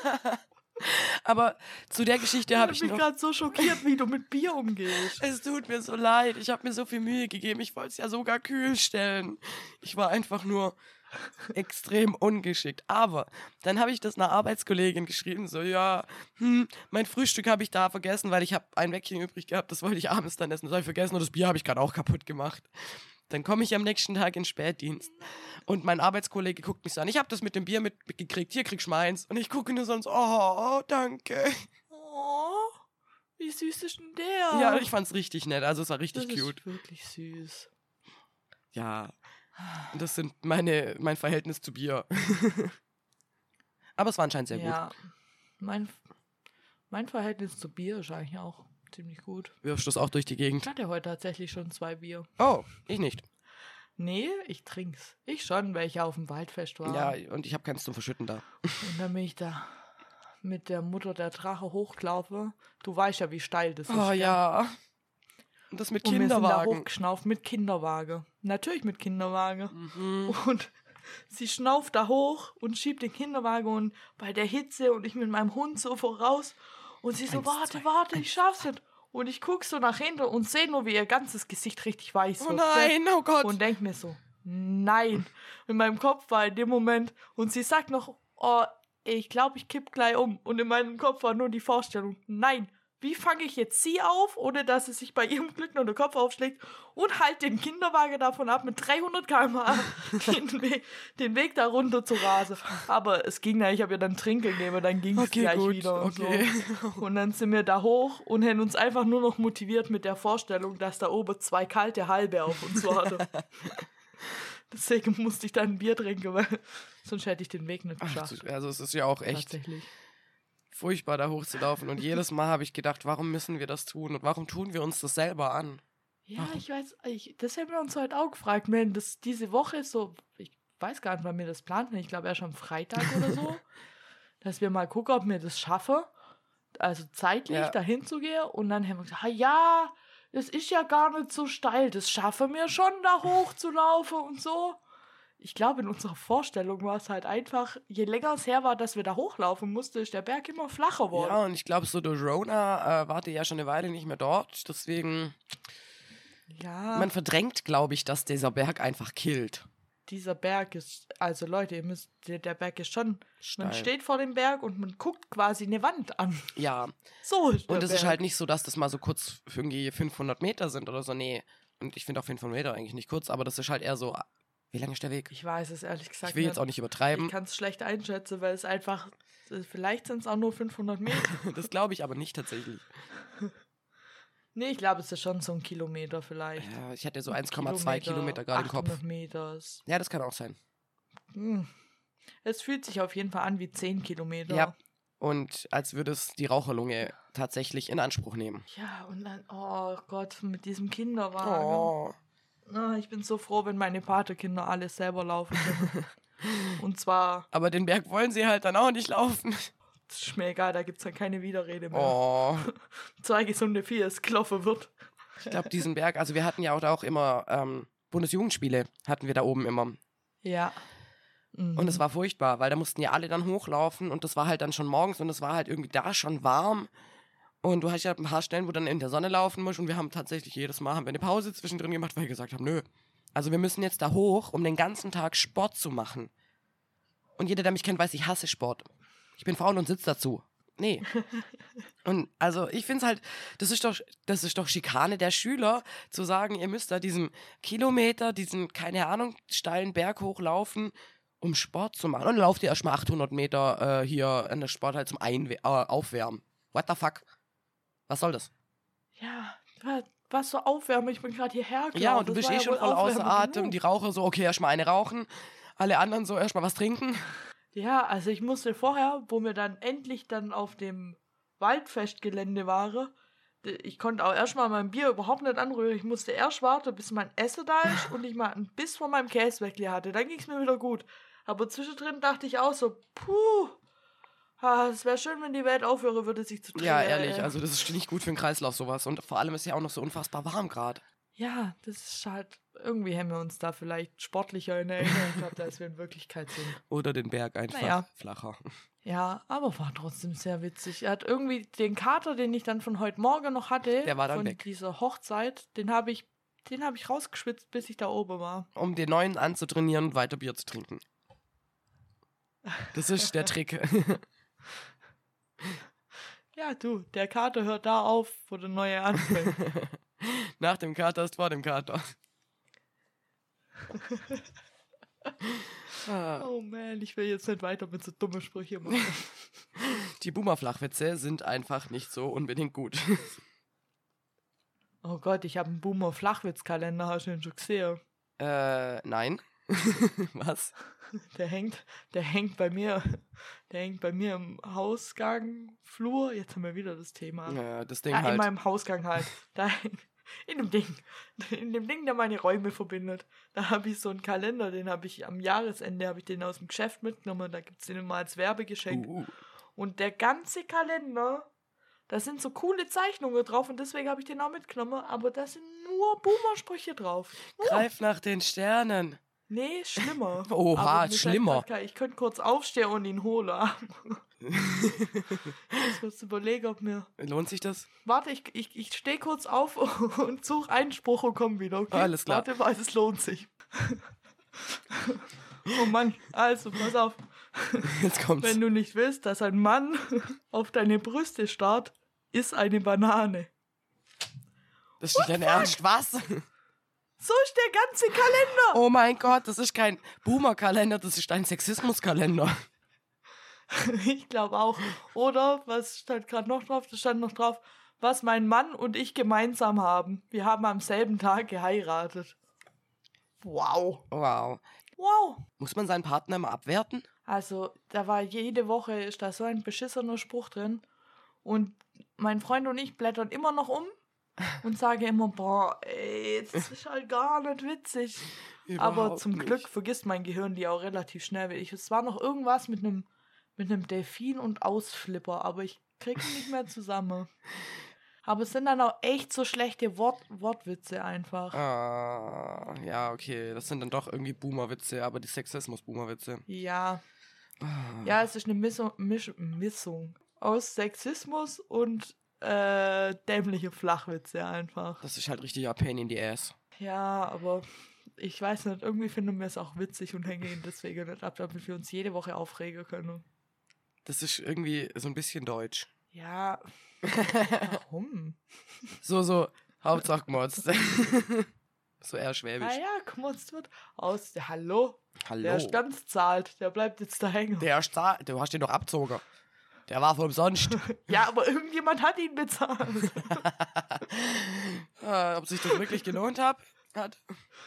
Aber zu der Geschichte habe ich Ich bin noch... gerade so schockiert, wie du mit Bier umgehst. Es tut mir so leid. Ich habe mir so viel Mühe gegeben. Ich wollte es ja sogar kühl stellen. Ich war einfach nur extrem ungeschickt. Aber dann habe ich das einer Arbeitskollegin geschrieben. So, ja, hm, mein Frühstück habe ich da vergessen, weil ich habe ein Weckchen übrig gehabt. Das wollte ich abends dann essen. Das habe ich vergessen und das Bier habe ich gerade auch kaputt gemacht. Dann komme ich am nächsten Tag in Spätdienst und mein Arbeitskollege guckt mich so an. Ich habe das mit dem Bier mitgekriegt. Hier kriegst du meins. Und ich gucke nur sonst, oh, oh, danke. Oh, wie süß ist denn der? Ja, ich fand's richtig nett. Also es war richtig das cute. ist wirklich süß. Ja, das sind meine, mein Verhältnis zu Bier. Aber es war anscheinend sehr Ja, mein, mein Verhältnis zu Bier ist eigentlich auch ziemlich gut. gut. Wirfst du es auch durch die Ich Gegend? hatte heute tatsächlich schon zwei Bier. Oh, ich nicht. Nee, ich trink's. Ich schon, weil ich ja auf dem Waldfest war. Ja, und ich habe keins zum Verschütten da. Und dann bin ich da mit der Mutter der Drache hochgelaufen. Du weißt ja, wie steil das ist. Oh gell? ja. Und das mit Und wir sind da Kinderwagen. hochgeschnauft mit Kinderwagen. Natürlich mit Kinderwagen. Mhm. Und sie schnauft da hoch und schiebt den Kinderwagen und bei der Hitze und ich mit meinem Hund so voraus. Und sie so, Eins, warte, zwei, warte, ich schaff's nicht. Und ich guck so nach hinten und sehe nur, wie ihr ganzes Gesicht richtig weiß Oh wird. nein, oh Gott. Und denk mir so, nein. In meinem Kopf war in dem Moment, und sie sagt noch, oh, ich glaube, ich kipp gleich um. Und in meinem Kopf war nur die Vorstellung, nein, wie fange ich jetzt sie auf, ohne dass sie sich bei ihrem Glück nur den Kopf aufschlägt und halt den Kinderwagen davon ab, mit dreihundert Kilometer pro Stunde den Weg, den Weg da runter zu rasen. Aber es ging ja, ich habe ihr dann Trinken gegeben, dann ging es Okay, gleich gut, wieder und okay. so. Und dann sind wir da hoch und haben uns einfach nur noch motiviert mit der Vorstellung, dass da oben zwei kalte Halbe auf uns warten. Deswegen musste ich dann ein Bier trinken, weil sonst hätte ich den Weg nicht Ach, geschafft. du- also es ist ja auch echt Tatsächlich. furchtbar, da hochzulaufen. Und jedes Mal habe ich gedacht, warum müssen wir das tun? Und warum tun wir uns das selber an? Ja, ich weiß, ich, das haben wir uns heute auch gefragt. Man, das diese Woche ist so, ich weiß gar nicht, wann wir das planten. Ich glaube erst am Freitag oder so, dass wir mal gucken, ob wir das schaffen. Also zeitlich Ja. dahin zu gehen. Und dann haben wir gesagt, ah, ja, das ist ja gar nicht so steil. Das schaffen wir schon, da hochzulaufen und so. Ich glaube, in unserer Vorstellung war es halt einfach, je länger es her war, dass wir da hochlaufen mussten, ist der Berg immer flacher geworden. Ja, und ich glaube, so durch Rona äh, wart ihr ja schon eine Weile nicht mehr dort. Deswegen, Ja, man verdrängt, glaube ich, dass dieser Berg einfach killt. dieser Berg ist, also Leute, ihr müsst, der, der Berg ist schon, Steil. man steht vor dem Berg und man guckt quasi eine Wand an. Ja, So ist der und es Berg. ist halt nicht so, dass das mal so kurz irgendwie fünfhundert Meter sind oder so. Nee, und ich finde auch fünfhundert Meter eigentlich nicht kurz, aber das ist halt eher so Wie lange ist der Weg? Ich weiß es ehrlich gesagt Ich will jetzt auch nicht übertreiben. Ich kann es schlecht einschätzen, weil es einfach, vielleicht sind es auch nur fünfhundert Meter. Das glaube ich aber nicht tatsächlich. Nee, ich glaube, es ist schon so ein Kilometer vielleicht. Ja, ich hatte so eins Komma zwei Kilometer gerade im Kopf. achthundert Meter. Ja, das kann auch sein. Hm. Es fühlt sich auf jeden Fall an wie zehn Kilometer. Ja, und als würde es die Raucherlunge tatsächlich in Anspruch nehmen. Ja, und dann, oh Gott, mit diesem Kinderwagen. Oh. Ah, ich bin so froh, wenn meine Patenkinder alles selber laufen können. Und zwar... Aber den Berg wollen sie halt dann auch nicht laufen. Das ist mir egal, da gibt es dann keine Widerrede mehr. Oh. Zwei gesunde Vier, es gelaufen wird. Ich glaube, diesen Berg, also wir hatten ja auch, da auch immer ähm, Bundesjugendspiele, hatten wir da oben immer. Ja. Mhm. Und es war furchtbar, weil da mussten ja alle dann hochlaufen und das war halt dann schon morgens und es war halt irgendwie da schon warm. Und du hast ja ein paar Stellen, wo du dann in der Sonne laufen musst und wir haben tatsächlich jedes Mal haben wir eine Pause zwischendrin gemacht, weil wir gesagt haben, nö. Also wir müssen jetzt da hoch, um den ganzen Tag Sport zu machen. Und jeder, der mich kennt, weiß, ich hasse Sport. Ich bin faul und sitze dazu. Nee. Und also ich finde es halt, das ist doch, das ist doch Schikane der Schüler, zu sagen, ihr müsst da diesen Kilometer, diesen, keine Ahnung, steilen Berg hochlaufen, um Sport zu machen. Und dann lauft ihr erstmal achthundert Meter äh, hier an der Sporthalle zum Einwe- äh, Aufwärmen. What the fuck? Was soll das? Ja, was so Aufwärmen, ich bin gerade hierher gelaufen. Ja, und du das bist war eh ja schon wohl voll außer Aufwärmen Atem. genug. Die Raucher so, okay, erstmal eine rauchen. Alle anderen so, erstmal was trinken. Ja, also ich musste vorher, wo wir dann endlich dann auf dem Waldfestgelände waren, d- ich konnte auch erstmal mein Bier überhaupt nicht anrühren. Ich musste erst warten, bis mein Essen da ist und ich mal einen Biss von meinem Käse weg hatte. Dann ging es mir wieder gut. Aber zwischendrin dachte ich auch so, puh, ah, es wäre schön, wenn die Welt aufhören würde, sich zu drehen. Ja, ehrlich, also das ist nicht gut für den Kreislauf, sowas. Und vor allem ist ja auch noch so unfassbar warm gerade. Ja, das ist halt, irgendwie haben wir uns da vielleicht sportlicher in Erinnerung gehabt, als wir in Wirklichkeit sind. Oder den Berg einfach Naja. flacher. Ja, aber war trotzdem sehr witzig. Er hat irgendwie den Kater, den ich dann von heute Morgen noch hatte, Der war dann von weg. dieser Hochzeit, den habe ich, den habe ich rausgeschwitzt, bis ich da oben war. Um den neuen anzutrainieren und weiter Bier zu trinken. Das ist der Trick. Ja, du, der Kater hört da auf, wo der neue anfängt. Nach dem Kater ist vor dem Kater. Ah, Oh man, ich will jetzt nicht weiter mit so dummen Sprüchen machen. die Boomer-Flachwitze sind einfach nicht so unbedingt gut. Oh Gott, ich habe einen Boomer-Flachwitz-Kalender, hast du den schon gesehen? Äh, nein. Was? Der hängt, der hängt bei mir, der hängt bei mir im Hausgang, Flur. Jetzt haben wir wieder das Thema. Ja, das Ding Ja, in halt. meinem Hausgang halt. Da, in dem Ding. In dem Ding, der meine Räume verbindet. Da habe ich so einen Kalender, den habe ich am Jahresende, habe ich den aus dem Geschäft mitgenommen. Da gibt es den immer als Werbegeschenk. Uh, uh. Und der ganze Kalender, da sind so coole Zeichnungen drauf und deswegen habe ich den auch mitgenommen. Aber da sind nur Boomer-Sprüche drauf. Nur. Greif nach den Sternen. Nee, schlimmer. Oha, Aber mir fällt schlimmer. grad kein- Ich könnte kurz aufstehen und ihn holen. Ich muss überlegen, ob mir... Lohnt sich das? Warte, ich, ich, ich stehe kurz auf und suche einen Spruch und komme wieder, okay? Alles klar. Warte, weil es lohnt sich. Oh Mann, also, pass auf. Jetzt kommt's. Wenn du nicht willst, dass ein Mann auf deine Brüste starrt, iss eine Banane. Das ist nicht dein Ernst, was? So ist der ganze Kalender. Oh mein Gott, das ist kein Boomer-Kalender, das ist ein Sexismus-Kalender. Ich glaube auch. Oder, was stand gerade noch drauf? Da stand noch drauf, was mein Mann und ich gemeinsam haben. Wir haben am selben Tag geheiratet. Wow. Wow. Wow. Muss man seinen Partner immer abwerten? Also, da war jede Woche, ist da so ein beschissener Spruch drin. Und mein Freund und ich blättern immer noch um und sagen immer, boah, ey, das ist halt gar nicht witzig. Aber Überhaupt zum nicht. Glück vergisst mein Gehirn die auch relativ schnell. Ich, es war noch irgendwas mit einem mit einem Delfin und Ausflipper, aber ich krieg ihn nicht mehr zusammen. Aber es sind dann auch echt so schlechte Wort, Wortwitze einfach. Ah, ja, okay. Das sind dann doch irgendwie Boomer-Witze, aber die Sexismus-Boomer-Witze. Ja. Ah. Ja, es ist eine Missung, Misch, Missung aus Sexismus und äh, dämliche Flachwitze einfach. Das ist halt richtig a pain in the ass. Ja, aber ich weiß nicht, irgendwie finden wir es auch witzig und hängen ihn deswegen nicht ab, damit wir uns jede Woche aufregen können. Das ist irgendwie so ein bisschen deutsch. Ja, warum? So, so, Hauptsache gemotzt. So eher schwäbisch. Ah ja, gemotzt wird. Aus, der Hallo. Hallo. Der Stanz zahlt, der bleibt jetzt da hängen. Der ist da, du hast den doch abgezogen. Der war für umsonst. Ja, aber irgendjemand hat ihn bezahlt. äh, ob sich das wirklich gelohnt hab, hat.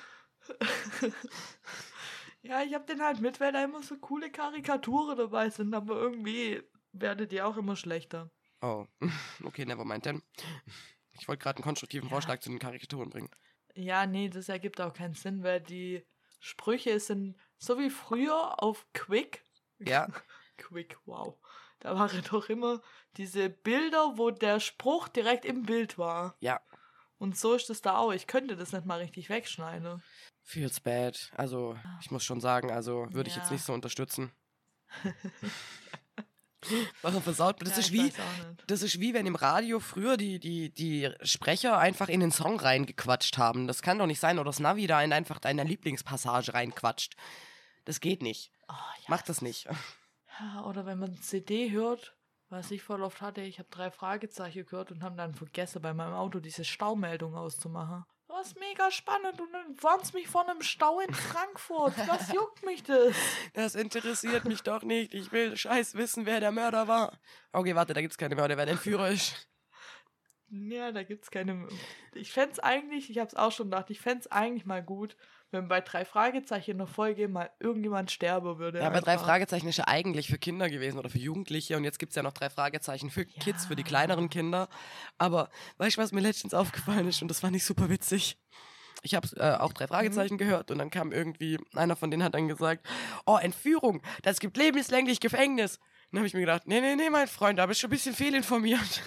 Ja, ich hab den halt mit, weil da immer so coole Karikaturen dabei sind, aber irgendwie werdet ihr auch immer schlechter. Oh, okay, never mind then. Ich wollte gerade einen konstruktiven Ja. Vorschlag zu den Karikaturen bringen. Ja, nee, das ergibt auch keinen Sinn, weil die Sprüche sind so wie früher auf Quick. Ja. Quick, wow. Da waren doch immer diese Bilder, wo der Spruch direkt im Bild war. Ja. Und so ist es da auch. Ich könnte das nicht mal richtig wegschneiden. Feels bad. Also, ich muss schon sagen, also würde ich Ja. jetzt nicht so unterstützen. Warum versaut man? Das Ja, ist ich wie, weiß auch nicht. das ist wie wenn im Radio früher die, die, die Sprecher einfach in den Song reingequatscht haben. Das kann doch nicht sein. Oder das Navi da in einfach deiner Lieblingspassage reinquatscht. Das geht nicht. Oh, ja. Mach das nicht. Ja, oder wenn man C D hört, was ich voll oft hatte, ich habe drei Fragezeichen gehört und habe dann vergessen, bei meinem Auto diese Staumeldung auszumachen. Das war mega spannend und dann warn's mich von einem Stau in Frankfurt. Was juckt mich das? Das interessiert mich doch nicht. Ich will scheiß wissen, wer der Mörder war. Okay, warte, da gibt's keine Mörder, wer der Entführer ist. Ja, da gibt's keine... Ich fänd's eigentlich, ich hab's auch schon gedacht, ich fänd's eigentlich mal gut, wenn bei drei Fragezeichen in der Folge mal irgendjemand sterben würde. Ja, aber drei einfach. Fragezeichen ist ja eigentlich für Kinder gewesen oder für Jugendliche und jetzt gibt es ja noch drei Fragezeichen für Ja. Kids, für die kleineren Kinder. Aber weißt du, was mir letztens aufgefallen ist und das fand ich super witzig? Ich habe äh, auch drei Fragezeichen Mhm. gehört und dann kam irgendwie, einer von denen hat dann gesagt, oh, Entführung, das gibt lebenslänglich Gefängnis. Und dann habe ich mir gedacht, nee, nee, nee, mein Freund, da bist du ein bisschen fehlinformiert.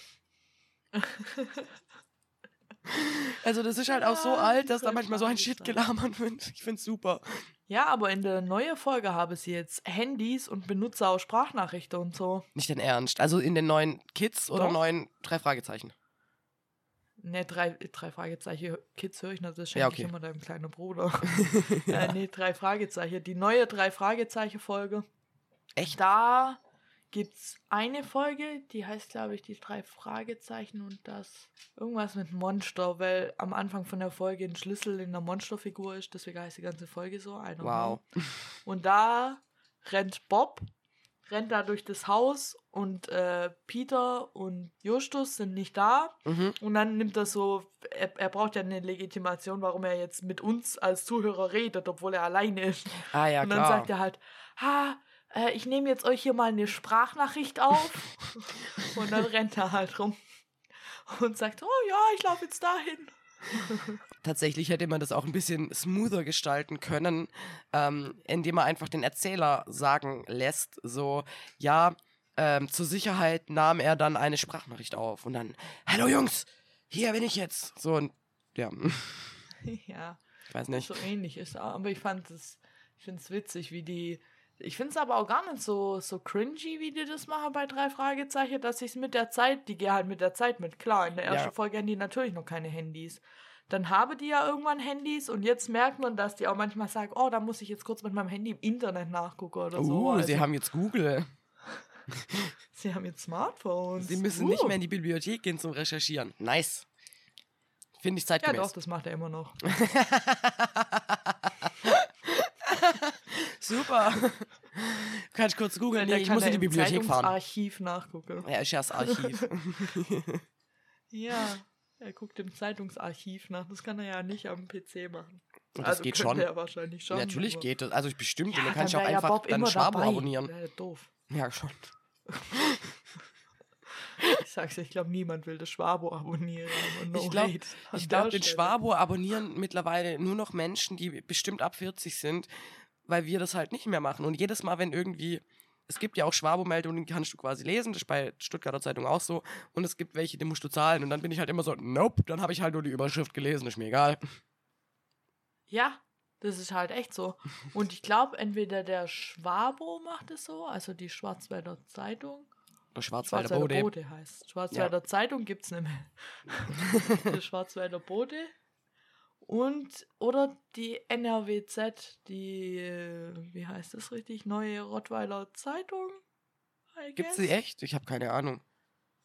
Also das ist halt auch so Ja, alt, dass das da manchmal so ein kann Shit sein. gelabert wird. Ich find's super. Ja, aber in der neuen Folge haben sie jetzt Handys und Benutzer auch Sprachnachrichten und so. Nicht dein Ernst. Also in den neuen Kids oder Doch. neuen drei Fragezeichen? Ne, drei, drei Fragezeichen. Kids höre ich noch, das schenke Ja, okay. ich immer deinem kleinen Bruder. Ja. äh, nee, drei Fragezeichen. Die neue drei Fragezeichen-Folge. Echt? Da gibt's eine Folge, die heißt, glaube ich, die drei Fragezeichen und das irgendwas mit Monster, weil am Anfang von der Folge ein Schlüssel in der Monsterfigur ist, deswegen heißt die ganze Folge so. I don't Wow. know. Und da rennt Bob, rennt da durch das Haus und äh, Peter und Justus sind nicht da. Mhm. Und dann nimmt er so, er, er braucht ja eine Legitimation, warum er jetzt mit uns als Zuhörer redet, obwohl er alleine ist. Ah ja, und dann klar. sagt er halt, ha, äh, ich nehme jetzt euch hier mal eine Sprachnachricht auf. Und dann rennt er halt rum und sagt, oh ja, ich laufe jetzt dahin. Tatsächlich hätte man das auch ein bisschen smoother gestalten können, ähm, indem man einfach den Erzähler sagen lässt, so, ja, ähm, zur Sicherheit nahm er dann eine Sprachnachricht auf und dann, hallo Jungs, hier bin ich jetzt. So, und ja, Ja, ich weiß nicht. so ähnlich ist. Aber ich fand es, ich finde es witzig, wie die, ich finde es aber auch gar nicht so, so cringy, wie die das machen bei drei Fragezeichen, dass ich es mit der Zeit, die gehen halt mit der Zeit mit. Klar, in der ersten Ja. Folge haben die natürlich noch keine Handys. Dann haben die ja irgendwann Handys und jetzt merkt man, dass die auch manchmal sagen, oh, da muss ich jetzt kurz mit meinem Handy im Internet nachgucken oder so. Uh, Also, sie haben jetzt Google. sie haben jetzt Smartphones. Sie müssen uh. nicht mehr in die Bibliothek gehen zum Recherchieren. Nice. Finde ich Ja zeitgemäß. doch, das macht er immer noch. Super. Kannst du kurz googeln? Nee, Der ich kann muss in da die im Bibliothek fahren. Zeitungsarchiv nachgucken. Ja, ist ja das Archiv. Ja, er guckt im Zeitungsarchiv nach. Das kann er ja nicht am P C machen. Und das also geht könnte schon. er wahrscheinlich schon. Natürlich aber- geht das. Also ich bestimmt. Ja, und dann kann ich auch wär ja einfach Bob dann immer Schwabo dabei. abonnieren. Wäre doof. Ja, schon. Ich sag's dir, ich glaube, niemand will das Schwabo abonnieren. aber no Ich glaube, hate an ich glaub, der den Stelle. Schwabo abonnieren mittlerweile nur noch Menschen, die bestimmt ab vierzig sind, weil wir das halt nicht mehr machen. Und jedes Mal, wenn irgendwie, es gibt ja auch Schwabo-Meldungen, die kannst du quasi lesen, das ist bei Stuttgarter Zeitung auch so, und es gibt welche, die musst du zahlen. Und dann bin ich halt immer so, nope, dann habe ich halt nur die Überschrift gelesen, ist mir egal. Ja, das ist halt echt so. Und ich glaube, entweder der Schwabo macht es so, also die Schwarzwälder Zeitung. Der Schwarzwälder Schwarzwälder Bode. Bote heißt. Schwarzwälder Zeitung gibt's nicht mehr. Der Schwarzwälder Bote. Und, oder die N R W Z, die, äh, wie heißt das richtig? Neue Rottweiler Zeitung? I Gibt's guess. die echt? Ich habe keine Ahnung.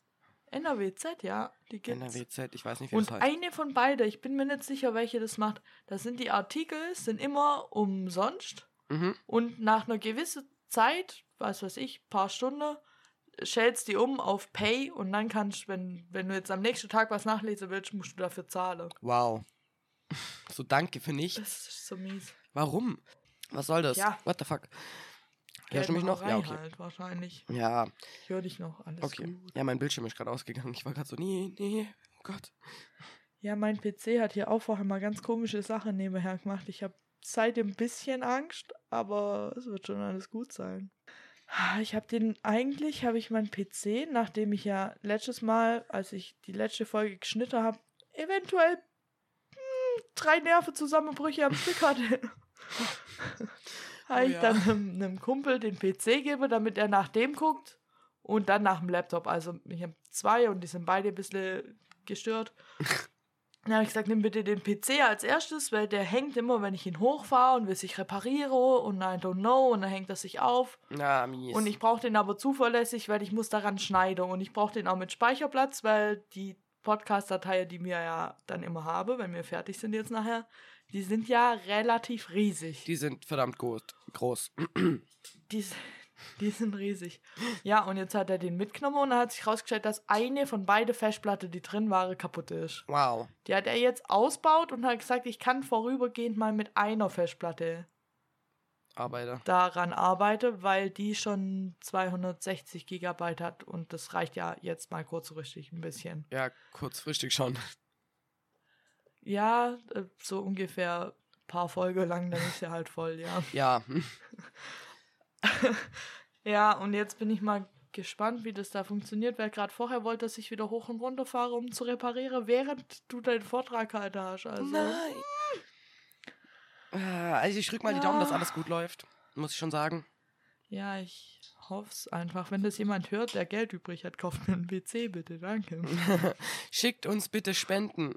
N R W Z, ja, die gibt's. N R W Z, ich weiß nicht, wie Und das heißt. eine von beiden, ich bin mir nicht sicher, welche das macht. Da sind die Artikel, sind immer umsonst. Mhm. Und nach einer gewissen Zeit, was weiß ich, paar Stunden, stellst die um auf Pay und dann kannst, wenn, wenn du jetzt am nächsten Tag was nachlesen willst, musst du dafür zahlen. Wow. So, danke für nichts. Das ist so mies. Warum? Was soll das? Ja. What the fuck? Hörst du mich noch? Ja, okay. Halt, wahrscheinlich. Ja, Ich höre dich noch, alles okay. gut. Ja, mein Bildschirm ist gerade ausgegangen. Ich war gerade so, nee, nee, oh Gott. Ja, mein P C hat hier auch vorher mal ganz komische Sachen nebenher gemacht. Ich habe seitdem ein bisschen Angst, aber es wird schon alles gut sein. Ich habe den, eigentlich habe ich meinen P C, nachdem ich ja letztes Mal, als ich die letzte Folge geschnitten habe, eventuell hm, drei Nervenzusammenbrüche am Stück hatte. habe Oh ich ja. dann einem, einem Kumpel den P C gebe, damit er nach dem guckt und dann nach dem Laptop. Also ich habe zwei und die sind beide ein bisschen gestört. Dann habe ich gesagt, nimm bitte den P C als erstes, weil der hängt immer, wenn ich ihn hochfahre und will sich repariere und I don't know und dann hängt er sich auf. Na, mies. Und ich brauche den aber zuverlässig, weil ich muss daran schneiden und ich brauche den auch mit Speicherplatz, weil die Podcast-Dateien, die mir ja dann immer habe, wenn wir fertig sind jetzt nachher, die sind ja relativ riesig. Die sind verdammt groß. groß. Die, die sind riesig. Ja, und jetzt hat er den mitgenommen und dann hat sich rausgestellt, dass eine von beiden Festplatten, die drin waren, kaputt ist. Wow. Die hat er jetzt ausbaut und hat gesagt, ich kann vorübergehend mal mit einer Festplatte Arbeiter. daran arbeiten, weil die schon zweihundertsechzig Gigabyte hat und das reicht ja jetzt mal kurzfristig ein bisschen. Ja, kurzfristig schon. Ja, äh, so ungefähr ein paar Folgen lang, dann ist er halt voll, ja. Ja. Ja, und jetzt bin ich mal gespannt, wie das da funktioniert, weil gerade vorher wollte, dass ich wieder hoch und runter fahre, um zu reparieren, während du deinen Vortrag halt hast. Also. Nein. Also ich drück mal die Daumen, dass alles gut läuft. Muss ich schon sagen. Ja, ich hoffe es einfach. Wenn das jemand hört, der Geld übrig hat, kauft mir einen P C bitte, danke. Schickt uns bitte Spenden.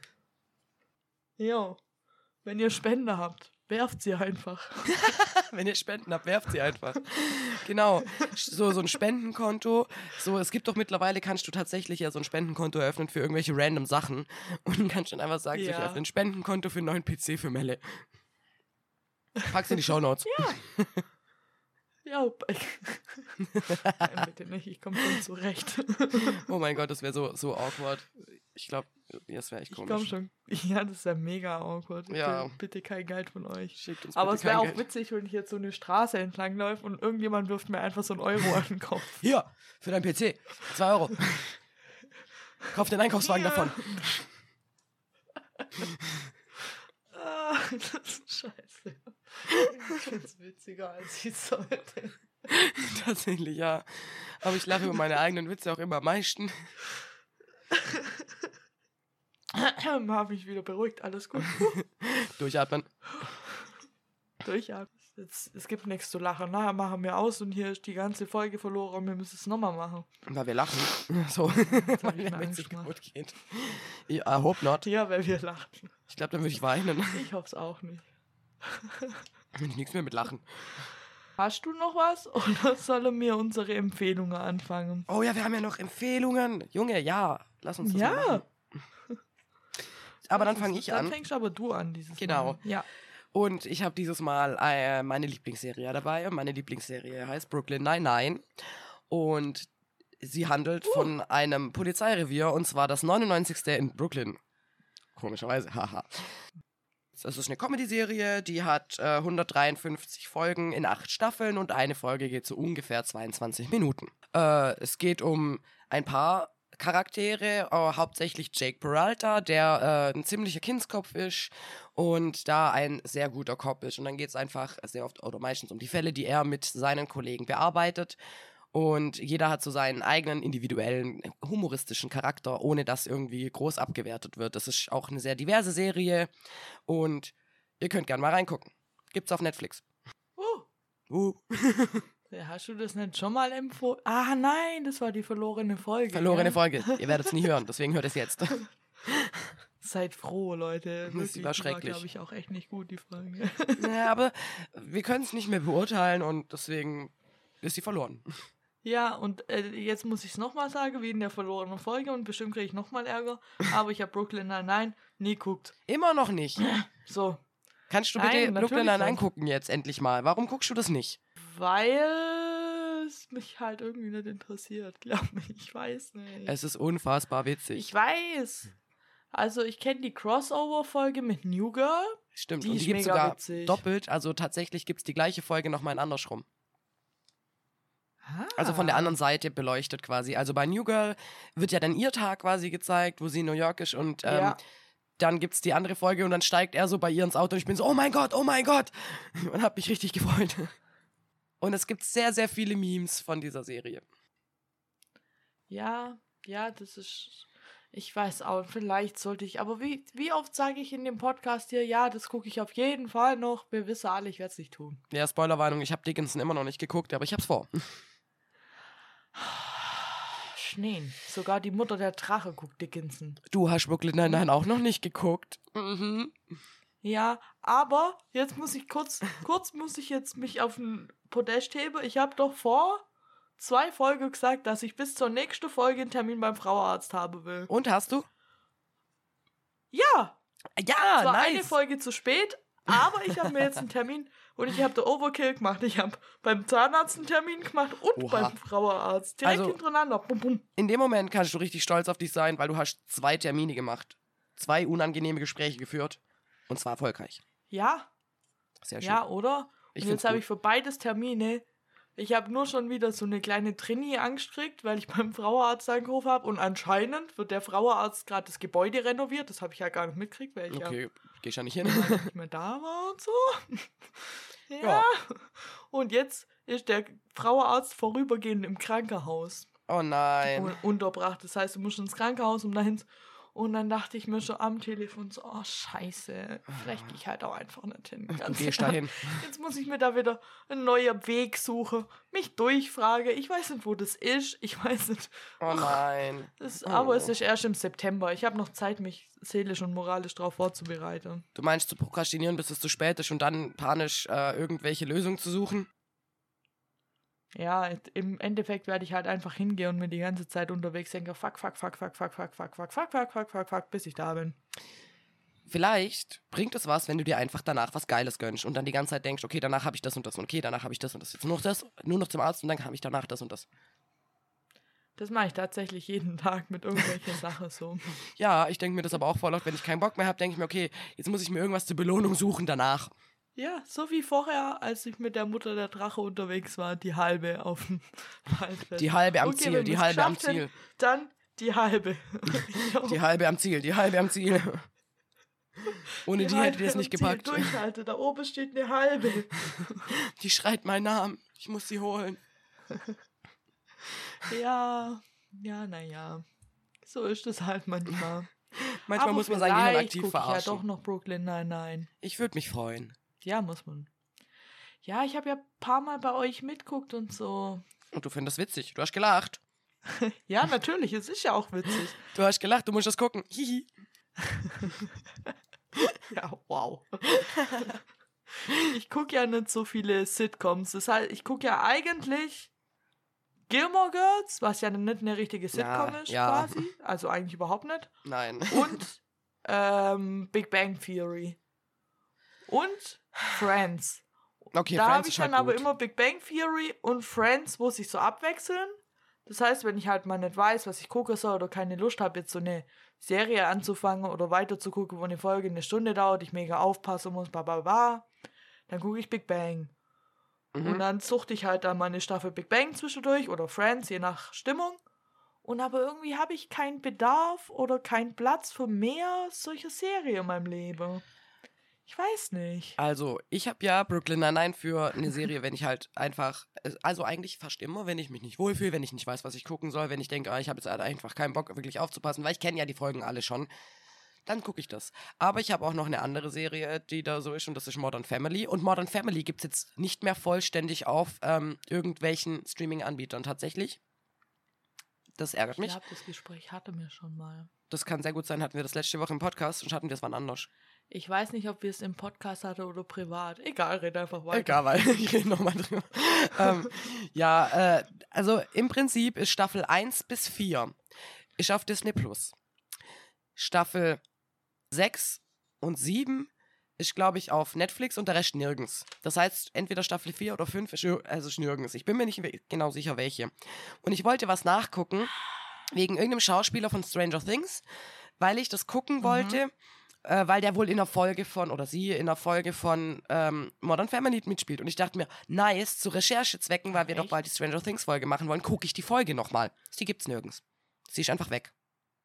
Jo, wenn ihr Spende habt, werft sie einfach. Wenn ihr Spenden habt, werft sie einfach. Genau. So, so ein Spendenkonto. So, es gibt doch mittlerweile, kannst du tatsächlich ja so ein Spendenkonto eröffnen für irgendwelche random Sachen. Und dann kannst du dann einfach sagen, so, ich Ja. öffne ein Spendenkonto für einen neuen P C für Melle. Pack's in die Shownotes. Ja. Ja, Nein, bitte nicht, ich komme schon zurecht. Oh mein Gott, das wäre so, so awkward. Ich glaube, das wäre echt Ich komisch. komme schon. Ja, das ist ja mega awkward. Ich Ja. will bitte kein Geld von euch. Schickt uns Aber bitte es wäre kein auch Geld. witzig, wenn ich jetzt so eine Straße entlang läufe und irgendjemand wirft mir einfach so einen Euro an den Kopf. Hier, für deinen P C. Zwei Euro. Kauf den Einkaufswagen Ja. davon. Ah, das ist scheiße. Ich finde es witziger, als ich sollte. Tatsächlich, ja. Aber ich lache über meine eigenen Witze auch immer am meisten. Habe ich wieder beruhigt, alles gut. Durchatmen. Durchatmen. Jetzt, es gibt nichts zu lachen. Nachher machen wir aus und hier ist die ganze Folge verloren und wir müssen es nochmal machen. Weil wir lachen. So. hab Weil ich der mir Witz Angst nicht gemacht. kaputt geht. I hope not. Ja, weil wir lachen. Ich glaube, dann würde ich weinen. Ich hoffe es auch nicht. Wenn ich nichts mehr mit Lachen. Hast du noch was oder sollen wir unsere Empfehlungen anfangen? Oh ja, wir haben ja noch Empfehlungen. Junge, ja. Lass uns das Ja. mal machen. Aber dann fange ich Dann an. fängst aber du an dieses Genau. Mal. Ja. Und ich habe dieses Mal äh, meine Lieblingsserie dabei. Meine Lieblingsserie heißt Brooklyn Nine-Nine. Und sie handelt Uh. von einem Polizeirevier, und zwar das neunundneunzigste in Brooklyn. Komischerweise, haha. Das ist eine Comedy-Serie, die hat äh, hundertdreiundfünfzig Folgen in acht Staffeln und eine Folge geht so ungefähr zweiundzwanzig Minuten. Äh, es geht um ein paar Charaktere, äh, hauptsächlich Jake Peralta, der äh, ein ziemlicher Kindskopf ist und da ein sehr guter Cop ist. Und dann geht es einfach sehr oft oder meistens um die Fälle, die er mit seinen Kollegen bearbeitet. Und jeder hat so seinen eigenen individuellen, humoristischen Charakter, ohne dass irgendwie groß abgewertet wird. Das ist auch eine sehr diverse Serie und ihr könnt gerne mal reingucken. Gibt's auf Netflix. Uh. Uh. Ja, hast du das nicht schon mal empfohlen? Ah, nein, das war die verlorene Folge. Verlorene gell? Folge. Ihr werdet es nie hören, deswegen hört es jetzt. Seid froh, Leute. Das Wirklich, war die schrecklich. glaube ich, auch echt nicht gut, die Folge. Naja, aber wir können es nicht mehr beurteilen und deswegen ist sie verloren. Ja, und äh, jetzt muss ich es nochmal sagen, wie in der verlorenen Folge und bestimmt kriege ich nochmal Ärger. Aber ich habe Brooklyn Nine-Nine nie geguckt. Immer noch nicht. So. Kannst du Nein, bitte natürlich Brooklyn Nine-Nine nicht. gucken jetzt endlich mal? Warum guckst du das nicht? Weil es mich halt irgendwie nicht interessiert, glaub mich. Ich weiß nicht. Es ist unfassbar witzig. Ich weiß. Also ich kenne die Crossover-Folge mit New Girl. Stimmt, Die und ist die gibt es mega sogar witzig. doppelt. Also tatsächlich gibt es die gleiche Folge nochmal in andersrum. Ah. Also von der anderen Seite beleuchtet quasi. Also bei New Girl wird ja dann ihr Tag quasi gezeigt, wo sie in New York ist und ähm, Ja. dann gibt es die andere Folge und dann steigt er so bei ihr ins Auto und ich bin so, oh mein Gott, oh mein Gott. Und hab mich richtig gefreut. Und es gibt sehr, sehr viele Memes von dieser Serie. Ja, ja, das ist... Ich weiß auch, vielleicht sollte ich... Aber wie, wie oft sage ich in dem Podcast hier, ja, das gucke ich auf jeden Fall noch. Wir wissen alle, ich werde es nicht tun. Ja, Spoilerwarnung, ich habe Dickinson immer noch nicht geguckt, aber ich hab's vor. Schneen. Sogar die Mutter der Drache guckt Dickinson. Du hast Brooklyn Nine-Nine auch noch nicht geguckt. Mhm. Ja, aber jetzt muss ich kurz, kurz muss ich jetzt mich auf den Podest heben. Ich habe doch vor zwei Folgen gesagt, dass ich bis zur nächsten Folge einen Termin beim Frauenarzt haben will. Und, hast du? Ja, Ja, zwar nice. eine Folge zu spät, aber ich habe mir jetzt einen Termin und ich habe den Overkill gemacht. Ich habe beim Zahnarzt einen Termin gemacht und Oha. beim Frauenarzt. Direkt Also- hintereinander. Bum, bum. In dem Moment kannst du richtig stolz auf dich sein, weil du hast zwei Termine gemacht. Zwei unangenehme Gespräche geführt. Und zwar erfolgreich. Ja, Sehr schön. ja, oder? Ich Und find's jetzt habe gut. ich für beides Termine. Ich habe nur schon wieder so eine kleine Trainee-Angst gekriegt, weil ich beim Frauenarzt angerufen habe. Und anscheinend wird der Frauenarzt gerade das Gebäude renoviert. Das habe ich ja gar nicht mitgekriegt, weil ich ja Okay, gehst ja nicht hin. nicht mehr da war und so. ja. Ja. Und jetzt ist der Frauenarzt vorübergehend im Krankenhaus Oh nein. un- unterbracht. Das heißt, du musst ins Krankenhaus, um dahin zu... Und dann dachte ich mir schon am Telefon so, oh scheiße, vielleicht gehe ich halt auch einfach nicht hin. Du Ganz gehst ehrlich. dahin. Jetzt muss ich mir da wieder einen neuen Weg suchen, mich durchfrage. Ich weiß nicht, wo das ist. Ich weiß nicht. Oh nein. Das, Oh. Aber es ist erst im September. Ich habe noch Zeit, mich seelisch und moralisch darauf vorzubereiten. Du meinst zu prokrastinieren, bis es zu spät ist und dann panisch äh, irgendwelche Lösungen zu suchen? Ja, im Endeffekt werde ich halt einfach hingehen und mir die ganze Zeit unterwegs denken, fuck, fuck, fuck, fuck, fuck, fuck, fuck, fuck, fuck, fuck, fuck, fuck, fuck, bis ich da bin. Vielleicht bringt es was, wenn du dir einfach danach was Geiles gönnst und dann die ganze Zeit denkst, okay, danach habe ich das und das und okay, danach habe ich das und das. Jetzt nur noch das, nur noch zum Arzt und dann habe ich danach das und das. Das mache ich tatsächlich jeden Tag mit irgendwelchen Sachen so. Ja, ich denke mir das aber auch voll oft, wenn ich keinen Bock mehr habe, denke ich mir, okay, jetzt muss ich mir irgendwas zur Belohnung suchen danach. Ja, so wie vorher, als ich mit der Mutter der Drache unterwegs war, die halbe auf dem Waldfest. Die halbe am Okay, Ziel, wenn die wir's halbe am geschafft hätten, Ziel. Dann die halbe. Die halbe am Ziel, die halbe am Ziel. Ohne die, hätte die es halbe nicht am Ziel gepackt. Durchhalte, da oben steht eine halbe. Die schreit meinen Namen. Ich muss sie holen. Ja, ja, naja. So ist es halt manchmal. Manchmal Aber muss man sein Gehirn vielleicht aktiv guck verarschen. Ich ja doch noch Brooklyn Nine-Nine. Ich würde mich freuen. Ja, muss man. Ja, ich habe ja ein paar Mal bei euch mitguckt und so. Und du findest das witzig. Du hast gelacht. Ja, natürlich, es ist ja auch witzig. Du hast gelacht, du musst das gucken. Hihi. Ja, wow. Ich gucke ja nicht so viele Sitcoms. Das heißt, ich gucke ja eigentlich Gilmore Girls, was ja nicht eine richtige Sitcom Ja, ist, ja. quasi. Also eigentlich überhaupt nicht. Nein. Und ähm, Big Bang Theory. Und Friends. Okay, Da habe Friends ich ist halt dann aber gut. immer Big Bang Theory und Friends, wo sich so abwechseln. Das heißt, wenn ich halt mal nicht weiß, was ich gucken soll oder keine Lust habe, jetzt so eine Serie anzufangen oder weiter zu gucken, wo eine Folge eine Stunde dauert, ich mega aufpassen muss, bla bla bla, dann gucke ich Big Bang. Mhm. Und dann suchte ich halt dann mal eine Staffel Big Bang zwischendurch oder Friends, je nach Stimmung. Und aber irgendwie habe ich keinen Bedarf oder keinen Platz für mehr solcher Serien in meinem Leben. Ich weiß nicht. Also, ich habe ja Brooklyn Nine-Nine für eine Serie, wenn ich halt einfach, also eigentlich fast immer, wenn ich mich nicht wohlfühle, wenn ich nicht weiß, was ich gucken soll, wenn ich denke, ah, ich habe jetzt halt einfach keinen Bock, wirklich aufzupassen, weil ich kenne ja die Folgen alle schon, dann gucke ich das. Aber ich habe auch noch eine andere Serie, die da so ist und das ist Modern Family. Und Modern Family gibt es jetzt nicht mehr vollständig auf ähm, irgendwelchen Streaming-Anbietern tatsächlich. Das ärgert Ich mich. glaube, das Gespräch hatte wir schon mal. Das kann sehr gut sein, hatten wir das letzte Woche im Podcast und hatten wir es wann anders. Ich weiß nicht, ob wir es im Podcast hatten oder privat. Egal, red einfach weiter. Egal, weil ich rede nochmal drüber. ähm, ja, äh, Also im Prinzip ist Staffel eins bis vier ist auf Disney Plus. Staffel sechs und sieben ist, glaube ich, auf Netflix und der Rest nirgends. Das heißt, entweder Staffel vier oder fünf ist, also ist nirgends. Ich bin mir nicht genau sicher, welche. Und ich wollte was nachgucken, wegen irgendeinem Schauspieler von Stranger Things, weil ich das gucken wollte, mhm. äh, weil der wohl in der Folge von, oder sie in der Folge von ähm, Modern Family mitspielt. Und ich dachte mir, nice, zu Recherchezwecken, weil wir Echt? doch bald die Stranger Things Folge machen wollen, gucke ich die Folge nochmal. Die gibt's nirgends. Sie ist einfach weg.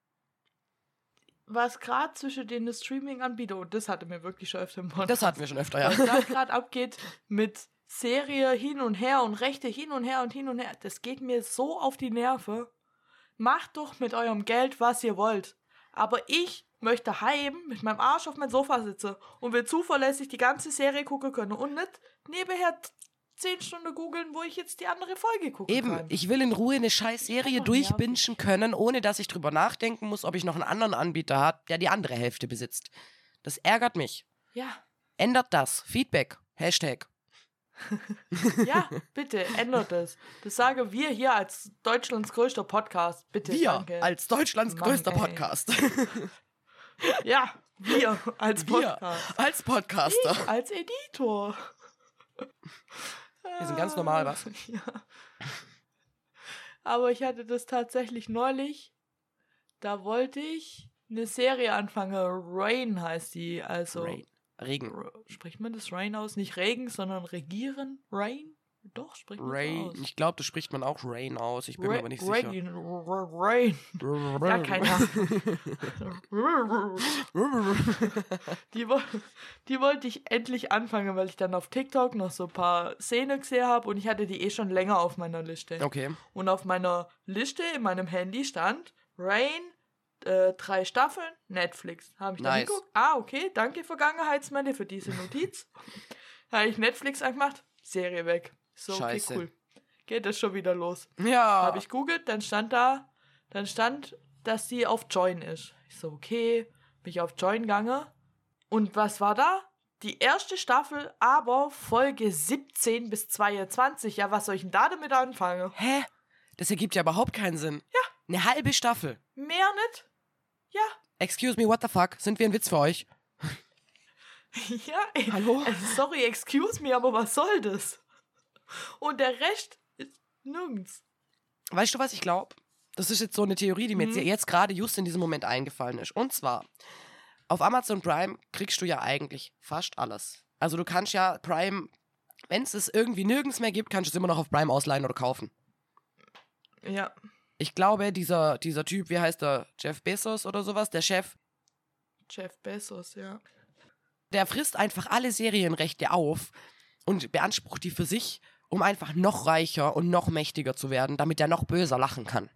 Was gerade zwischen den Streaming-Anbietern, und das hatte mir wirklich schon öfter im Podcast. Das hatten wir schon öfter, ja. Was da gerade abgeht mit Serie hin und her und Rechte hin und her und hin und her, das geht mir so auf die Nerven. Macht doch mit eurem Geld, was ihr wollt. Aber ich möchte heim mit meinem Arsch auf mein Sofa sitzen und will zuverlässig die ganze Serie gucken können und nicht nebenher zehn Stunden googeln, wo ich jetzt die andere Folge gucken Eben, kann. ich will in Ruhe eine scheiß Serie durchbingen können, ohne dass ich drüber nachdenken muss, ob ich noch einen anderen Anbieter habe, der die andere Hälfte besitzt. Das ärgert mich. Ja. Ändert das. Feedback. Hashtag. Ja, bitte, ändert das. Das sagen wir hier als Deutschlands größter Podcast. Bitte, Wir danke. als Deutschlands Mann, größter ey. Podcast. Ja, wir als Podcast. Wir als Podcaster. Ich als Editor. Wir sind ganz normal, was? Ja. Aber ich hatte das tatsächlich neulich. Da wollte ich eine Serie anfangen. Rain heißt die. Also Rain. Regen. R- spricht man das Rain aus? Nicht Regen, sondern Regieren? Rain? Doch, spricht man Rain. das aus. Ich glaube, das spricht man auch Rain aus. Ich bin Ra- mir aber nicht Rain. sicher. R- Rain. Ja, keine Ahnung. die, wo- die wollte ich endlich anfangen, weil ich dann auf TikTok noch so ein paar Szenen gesehen habe und ich hatte die eh schon länger auf meiner Liste. Okay. Und auf meiner Liste in meinem Handy stand Rain, äh, drei Staffeln, Netflix. Habe ich dann Nice. geguckt. Ah, okay, danke Vergangenheitsmänner für diese Notiz. Habe ich Netflix angemacht, Serie weg. So, okay, Scheiße. cool. Geht das schon wieder los. Ja. Habe ich googelt, dann stand da, dann stand, dass sie auf Join ist. Ich so, okay, bin ich auf Join gegangen. Und was war da? Die erste Staffel, aber Folge siebzehn bis zweiundzwanzig. Ja, was soll ich denn da damit anfangen? Hä? Das ergibt ja überhaupt keinen Sinn. Ja. Eine halbe Staffel. Mehr nicht? Ja. Excuse me, what the fuck? Sind wir ein Witz für euch? Ja, ey, Hallo? äh, sorry, excuse me, aber was soll das? Und der Rest ist nirgends. Weißt du, was ich glaube? Das ist jetzt so eine Theorie, die mir Mhm. jetzt, jetzt gerade just in diesem Moment eingefallen ist. Und zwar, auf Amazon Prime kriegst du ja eigentlich fast alles. Also du kannst ja Prime, wenn es es irgendwie nirgends mehr gibt, kannst du es immer noch auf Prime ausleihen oder kaufen. Ja. Ich glaube, dieser, dieser Typ, wie heißt der? Jeff Bezos oder sowas, der Chef, Jeff Bezos, ja. der frisst einfach alle Serienrechte auf und beansprucht die für sich, um einfach noch reicher und noch mächtiger zu werden, damit er noch böser lachen kann.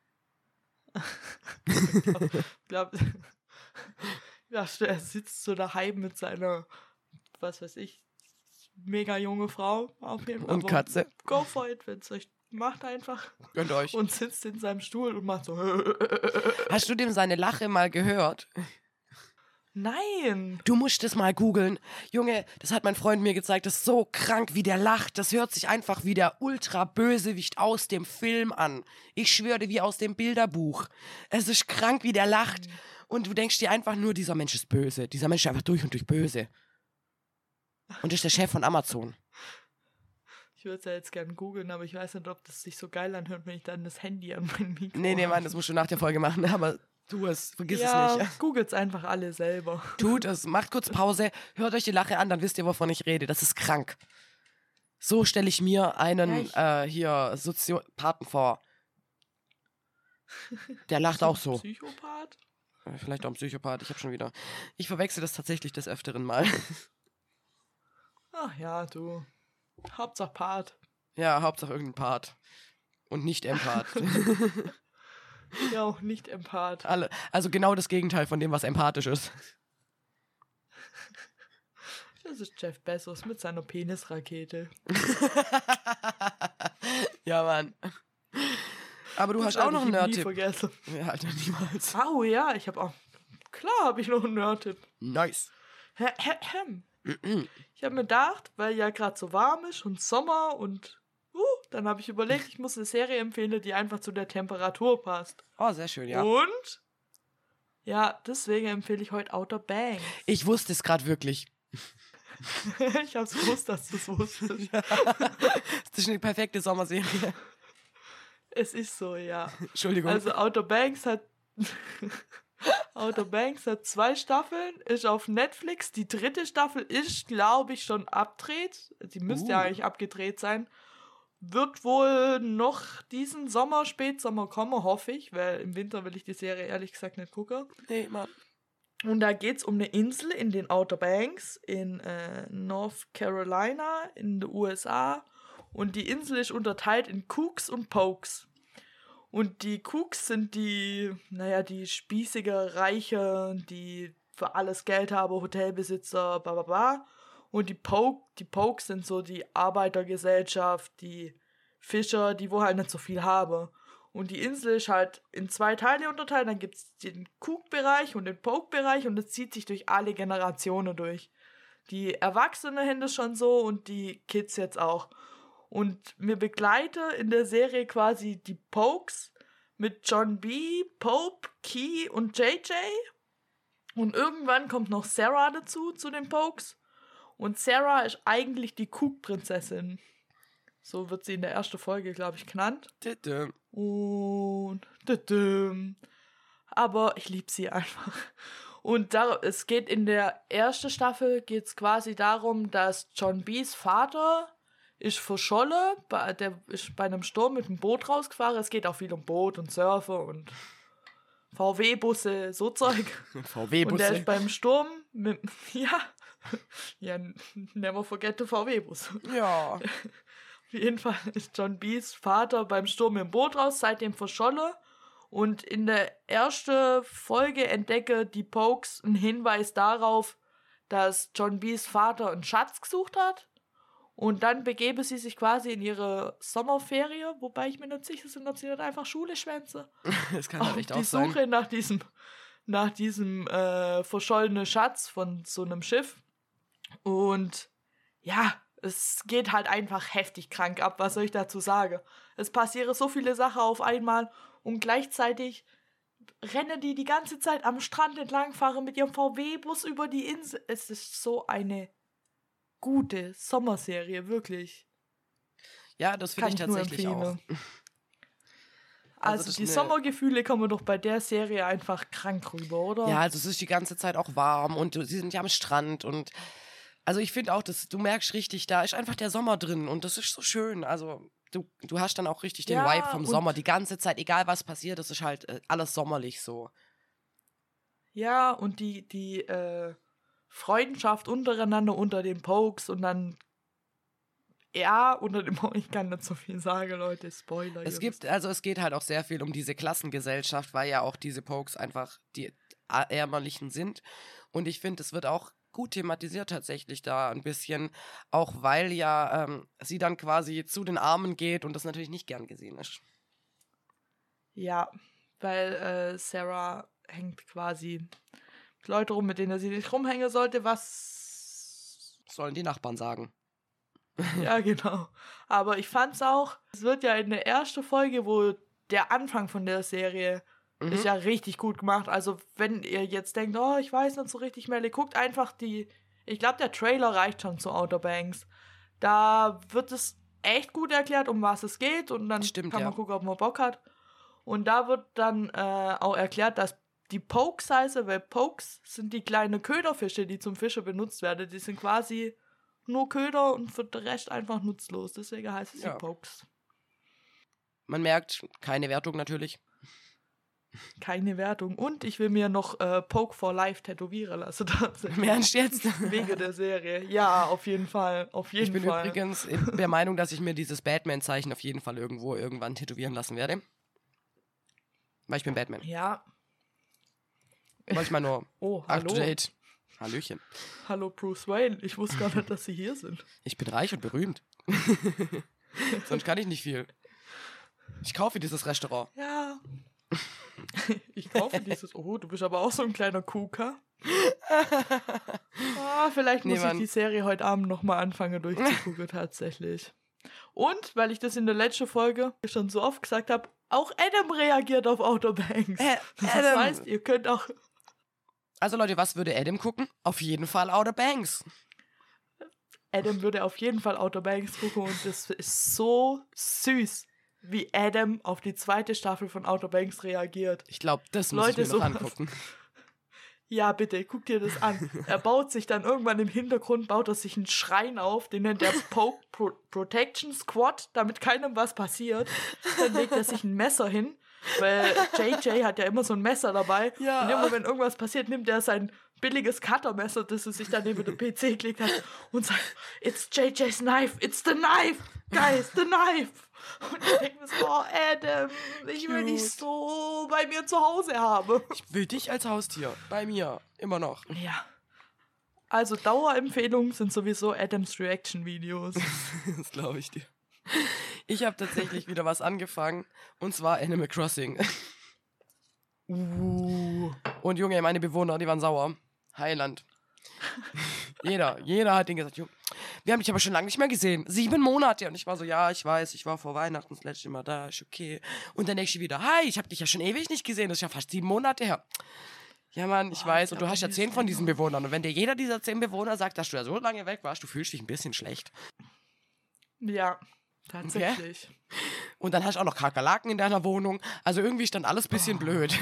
Ich glaube, ja, er sitzt so daheim mit seiner, was weiß ich, mega junge Frau auf jeden Fall. Und Katze. Go for it, wenn es euch macht einfach. Gönnt euch. Und sitzt in seinem Stuhl und macht so. Hast du dem seine Lache mal gehört? Nein! Du musst es mal googeln. Junge, das hat mein Freund mir gezeigt, das ist so krank, wie der lacht. Das hört sich einfach wie der Ultra-Bösewicht aus dem Film an. Ich schwöre dir, wie aus dem Bilderbuch. Es ist krank, wie der lacht. Und du denkst dir einfach nur, dieser Mensch ist böse. Dieser Mensch ist einfach durch und durch böse. Und ist der Chef von Amazon. Ich würde es ja jetzt gerne googeln, aber ich weiß nicht, ob das sich so geil anhört, wenn ich dann das Handy an mein Mikro Nee, nee, Mann, das musst du nach der Folge machen, aber tu es, vergiss ja, es nicht. Googelt's einfach alle selber. Tut es, macht kurz Pause, hört euch die Lache an, dann wisst ihr, wovon ich rede. Das ist krank. So stelle ich mir einen äh, hier Soziopathen vor. Der lacht auch so. Psychopath? Äh, Vielleicht auch ein Psychopath, ich habe schon wieder. Ich verwechsel das tatsächlich des Öfteren mal. Ach ja, du. Hauptsache Part. Ja, Hauptsache irgendein Part. Und nicht Empath. Ja, auch nicht Empath. Alle, also genau das Gegenteil von dem, was empathisch ist. Das ist Jeff Bezos mit seiner Penisrakete. Ja, Mann. Aber du Das hast auch werd noch ich einen nie Nerd-Tipp. vergessen. Ja, Alter, niemals. Oh ja, ich habe auch... Klar habe ich noch einen Nerd-Tipp. Nice. Ich habe mir gedacht, weil ja gerade so warm ist und Sommer und uh, Dann habe ich überlegt, ich muss eine Serie empfehlen, die einfach zu der Temperatur passt. Oh, sehr schön, ja. Und? Ja, deswegen empfehle ich heute Outer Banks. Ich wusste es gerade wirklich. Ich hab's gewusst, dass du es wusstest. Ja. Das ist eine perfekte Sommerserie. Es ist so, ja. Entschuldigung. Also Outer Banks hat Outer Banks hat zwei Staffeln, ist auf Netflix. Die dritte Staffel ist, glaube ich, schon abgedreht. Die müsste Uh. ja eigentlich abgedreht sein. Wird wohl noch diesen Sommer, Spätsommer kommen, hoffe ich, weil im Winter will ich die Serie ehrlich gesagt nicht gucken. Nee, Mann. Und da geht's um eine Insel in den Outer Banks in äh, North Carolina in den U S A. Und die Insel ist unterteilt in Cooks und Pokes. Und die Cooks sind die, naja, die spießige Reiche, die für alles Geld haben, Hotelbesitzer, bla bla bla. Und die Poke, die Pokes sind so die Arbeitergesellschaft, die Fischer, die wo halt nicht so viel haben. Und die Insel ist halt in zwei Teile unterteilt. Dann gibt es den Cook-Bereich und den Poke-Bereich und das zieht sich durch alle Generationen durch. Die Erwachsenen haben das schon so und die Kids jetzt auch. Und wir begleiten in der Serie quasi die Pokes mit John B., Pope, Key und J J. Und irgendwann kommt noch Sarah dazu, zu den Pokes. Und Sarah ist eigentlich die Cook-Prinzessin. So wird sie in der ersten Folge, glaube ich, genannt. Tütü. Und tütü. Aber ich liebe sie einfach. Und da, es geht in der ersten Staffel geht's quasi darum, dass John B.'s Vater ist verschollen, bei, der ist bei einem Sturm mit dem Boot rausgefahren. Es geht auch viel um Boot und Surfen und V W-Busse, so Zeug. V W-Busse. Und der ist beim Sturm mit, ja, ja, never forget the V W-Bus. Ja. Auf jeden Fall ist John B.'s Vater beim Sturm im Boot raus, seitdem verschollen. Und in der ersten Folge entdecke die Pokes einen Hinweis darauf, dass John B.'s Vater einen Schatz gesucht hat. Und dann begebe sie sich quasi in ihre Sommerferie, wobei ich mir nicht sicher bin, ob sie nicht einfach Schule schwänze. Das kann halt echt die auch sein. Suche nach diesem, nach diesem äh, verschollenen Schatz von so einem Schiff. Und ja, es geht halt einfach heftig krank ab, was soll ich dazu sagen? Es passieren so viele Sachen auf einmal und gleichzeitig rennen die die ganze Zeit am Strand entlang, fahren mit ihrem V W-Bus über die Insel. Es ist so eine gute Sommerserie, wirklich. Ja, das finde ich Kann ich nur tatsächlich auch. empfehlen. Also Also, das die ist eine- Sommergefühle kommen doch bei der Serie einfach krank rüber, oder? Ja, also es ist die ganze Zeit auch warm und du- sie sind ja am Strand und also ich finde auch, dass du merkst richtig, da ist einfach der Sommer drin und das ist so schön. Also du, du hast dann auch richtig den Ja, Vibe vom und- Sommer die ganze Zeit, egal was passiert, das ist halt äh, alles sommerlich so. Ja, und die, die äh, Freundschaft untereinander unter den Pokes und dann ja, unter dem ich kann nicht so viel sagen, Leute, Spoiler. Es ihr gibt, also es geht halt auch sehr viel um diese Klassengesellschaft, weil ja auch diese Pokes einfach die Ärmerlichen sind. Und ich finde, es wird auch gut thematisiert tatsächlich da ein bisschen, auch weil ja ähm, sie dann quasi zu den Armen geht und das natürlich nicht gern gesehen ist. Ja, weil äh, Sarah hängt quasi mit Leuten rum, mit denen sie nicht rumhängen sollte, was Sollen die Nachbarn sagen. ja, genau. Aber ich fand's auch, es wird ja in der ersten Folge, wo der Anfang von der Serie Mhm. ist ja richtig gut gemacht. Also, wenn ihr jetzt denkt, oh, ich weiß nicht so richtig, Melly, guckt einfach die, ich glaube, der Trailer reicht schon zu Outer Banks. Da wird es echt gut erklärt, um was es geht und dann Stimmt, kann man ja. gucken, ob man Bock hat. Und da wird dann äh, auch erklärt, dass die Pokes heißen, weil Pokes sind die kleinen Köderfische, die zum Fischen benutzt werden. Die sind quasi nur Köder und für den Rest einfach nutzlos. Deswegen heißt es Ja. die Pokes. Man merkt, keine Wertung natürlich. Keine Wertung. Und ich will mir noch äh, Poke for Life tätowieren lassen. Im Ernst jetzt? Wegen der Serie. Ja, auf jeden Fall. Auf jeden Ich bin Fall. übrigens der Meinung, dass ich mir dieses Batman-Zeichen auf jeden Fall irgendwo irgendwann tätowieren lassen werde. Weil ich bin Batman. Ja. Wollte ich mal nur Oh, up hallo. to date. Hallöchen. Hallo Bruce Wayne. Ich wusste gar nicht, dass Sie hier sind. Ich bin reich und berühmt. Sonst kann ich nicht viel. Ich kaufe dieses Restaurant. Ja. Ich kaufe dieses. Oh, du bist aber auch so ein kleiner Kuka. Ah, vielleicht Nee, muss Mann. ich die Serie heute Abend nochmal anfangen durchzugucken, tatsächlich. Und, weil ich das in der letzten Folge schon so oft gesagt habe, auch Adam reagiert auf Outer Banks. Äh, das Adam. heißt, ihr könnt auch... Also Leute, was würde Adam gucken? Auf jeden Fall Outer Banks. Adam würde auf jeden Fall Outer Banks gucken und das ist so süß, wie Adam auf die zweite Staffel von Outer Banks reagiert. Ich glaube, das muss Leute, ich mir noch sowas- angucken. Ja, bitte, guck dir das an. Er baut sich dann irgendwann im Hintergrund, baut er sich einen Schrein auf, den nennt er Poke Pro Protection Squad, damit keinem was passiert. Dann legt er sich ein Messer hin, weil J J hat ja immer so ein Messer dabei. Ja. Und immer wenn irgendwas passiert, nimmt er sein billiges Cuttermesser, das er sich dann neben den P C gelegt hat und sagt, it's J J's knife, it's the knife, guys, the knife. Und ich denke mir so, oh Adam, ich will dich Cute. so bei mir zu Hause haben. Ich will dich als Haustier. Bei mir. Immer noch. Ja. Also Dauerempfehlungen sind sowieso Adams Reaction-Videos. Das glaube ich dir. Ich habe tatsächlich wieder was angefangen. Und zwar Animal Crossing. Uh. Und Junge, meine Bewohner, die waren sauer. Heiland. Jeder, jeder hat denen gesagt, Junge, wir haben dich aber schon lange nicht mehr gesehen. Sieben Monate. Und ich war so, ja, ich weiß, ich war vor Weihnachten das letzte Mal da, ist okay. Und der nächste wieder, hi, ich habe dich ja schon ewig nicht gesehen, das ist ja fast sieben Monate her. Ja, Mann, ich Boah, weiß. ich Und du glaub, hast ja die zehn ist von diesen länger. Bewohnern. Und wenn dir jeder dieser zehn Bewohner sagt, dass du ja so lange weg warst, du fühlst dich ein bisschen schlecht. Ja, tatsächlich. Und dann hast du auch noch Kakerlaken in deiner Wohnung. Also irgendwie ist dann alles ein bisschen Oh. blöd.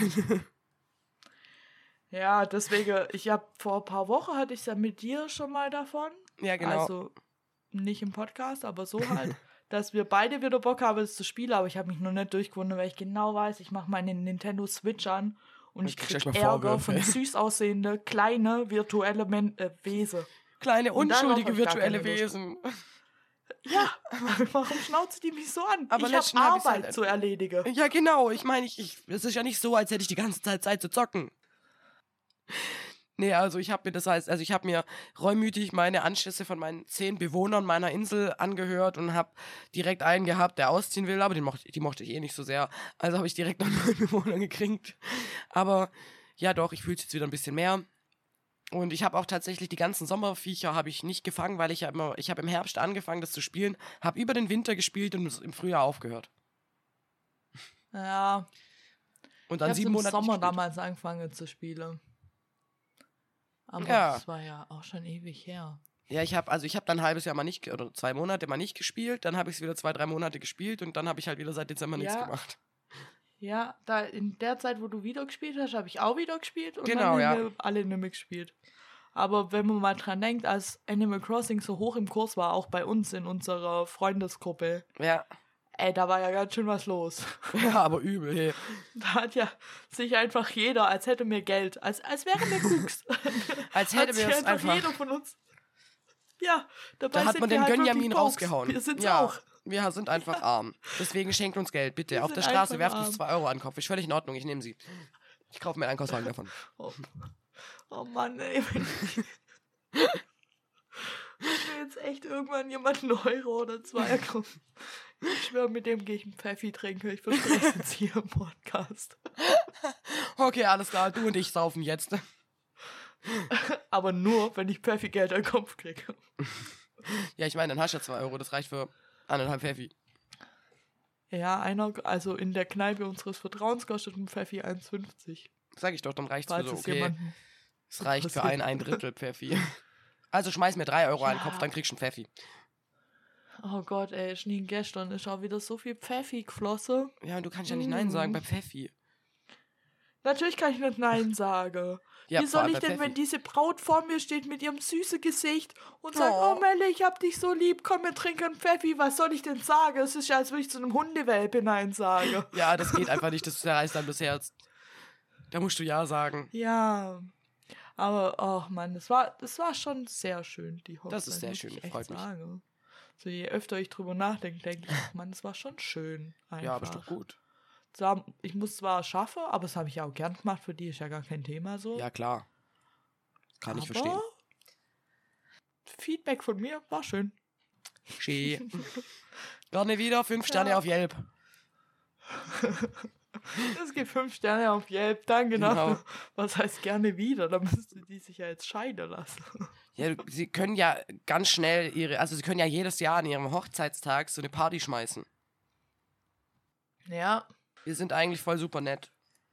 Ja, deswegen, ich habe vor ein paar Wochen hatte ich es ja mit dir schon mal davon. Ja, genau. Also nicht im Podcast, aber so halt, dass wir beide wieder Bock haben, es zu spielen. Aber ich habe mich noch nicht durchgewunden, weil ich genau weiß, ich mache meine Nintendo Switch an und ich kriegst krieg gleich mal Ärger Vorwürfe. von süß aussehende, kleine, virtuelle Men äh, Wesen. Kleine, Und darauf unschuldige hab ich gar virtuelle keine Lust. Wesen. Ja, warum schnauzt die mich so an? Aber ich letzten habe hab ich's Arbeit halt- zu erledigen. Ja, genau. Ich meine, ich, ich, es ist ja nicht so, als hätte ich die ganze Zeit Zeit zu zocken. Nee, also ich habe mir das heißt, also ich habe mir reumütig meine Anschlüsse von meinen zehn Bewohnern meiner Insel angehört und habe direkt einen gehabt, der ausziehen will, aber den mochte, die mochte ich eh nicht so sehr. Also habe ich direkt noch neue Bewohner gekriegt. Aber ja doch, ich fühle es jetzt wieder ein bisschen mehr. Und ich habe auch tatsächlich die ganzen Sommerviecher habe ich nicht gefangen, weil ich ja immer, ich habe im Herbst angefangen, das zu spielen, habe über den Winter gespielt und es im Frühjahr aufgehört. Ja, Und ich dann habe sieben im Monate Sommer gespielt. damals angefangen zu spielen. Aber Ja. das war ja auch schon ewig her. Ja, ich habe also ich habe dann ein halbes Jahr mal nicht ge- oder zwei Monate mal nicht gespielt, dann habe ich es wieder zwei, drei Monate gespielt und dann habe ich halt wieder seit Dezember nichts Ja. gemacht. Ja, da in der Zeit, wo du wieder gespielt hast, habe ich auch wieder gespielt und Genau, dann ja. haben wir alle nicht mehr gespielt. Aber wenn man mal dran denkt, als Animal Crossing so hoch im Kurs war, auch bei uns in unserer Freundesgruppe, Ja, ey, da war ja ganz schön was los. ja, aber übel, hey. Da hat ja sich einfach jeder, als hätte mir Geld, als, als wäre mir Koks. Als hätte Hat sich mir es einfach. jeder von uns. Ja, dabei Da hat sind man wir den halt wirklich Gönjamin Pokes. rausgehauen. Wir sind's ja, auch. wir sind einfach arm. Deswegen schenkt uns Geld, bitte. Wir Auf der sind Straße, einfach werft uns arm. zwei Euro an den Kopf. Ist völlig in Ordnung, ich nehme sie. Ich kaufe mir einen Einkaufswagen davon. Oh, oh Mann, ey. Wenn ich ich will jetzt echt irgendwann jemanden einen Euro oder zwei kommen. Ich schwöre, mit dem gehe ich einen Pfeffi trinken. Ich verspreche es jetzt hier im Podcast. Okay, alles klar, du und ich saufen jetzt. Aber nur, wenn ich Pfeffi Geld an den Kopf kriege. Ja, ich meine, dann hast du ja zwei Euro, das reicht für anderthalb Pfeffi. Ja, einer, also in der Kneipe unseres Vertrauens kostet ein Pfeffi eins fünfzig. Sag ich doch, dann reicht's für Falls so, es okay. jemanden... Es reicht für interessiert. ein, ein Drittel Pfeffi. Also schmeiß mir drei Euro an den Ja. Kopf, dann kriegst du einen Pfeffi. Oh Gott, ey, Schnee, gestern ist auch wieder so viel Pfeffi geflossen. Ja, und du kannst ja nicht Nein sagen Mm. bei Pfeffi. Natürlich kann ich nicht Nein sagen. Ja, Wie vor soll allem ich bei denn, wenn Pfeffi. diese Braut vor mir steht mit ihrem süßen Gesicht und sagt, Oh. oh Melle, ich hab dich so lieb, komm, wir trinken Pfeffi, was soll ich denn sagen? Es ist ja, als würde ich zu einem Hundewelpe Nein sagen. Ja, das geht einfach nicht, das zerreißt dann das Herz. Da musst du Ja sagen. Ja, aber, oh Mann, das war, das war schon sehr schön, die Hochzeit. Das ist sehr muss schön, ich echt freut mich. sagen. So, je öfter ich drüber nachdenke, denke ich, ach Mann, das war schon schön. Einfach. Ja, aber ist doch gut. Zwar, ich muss zwar schaffen, aber das habe ich ja auch gern gemacht, für die ist ja gar kein Thema so. Ja, klar. Kann ich Aber verstehen. Feedback von mir war schön. Schön. Gerne wieder, fünf Sterne Ja. auf Yelp. Es gibt fünf Sterne auf Yelp, dann genau. Genau. Was heißt gerne wieder? Da müsste die sich ja jetzt scheiden lassen. Ja, du- sie können ja ganz schnell ihre, also sie können ja jedes Jahr an ihrem Hochzeitstag so eine Party schmeißen. Ja. Wir sind eigentlich voll super nett.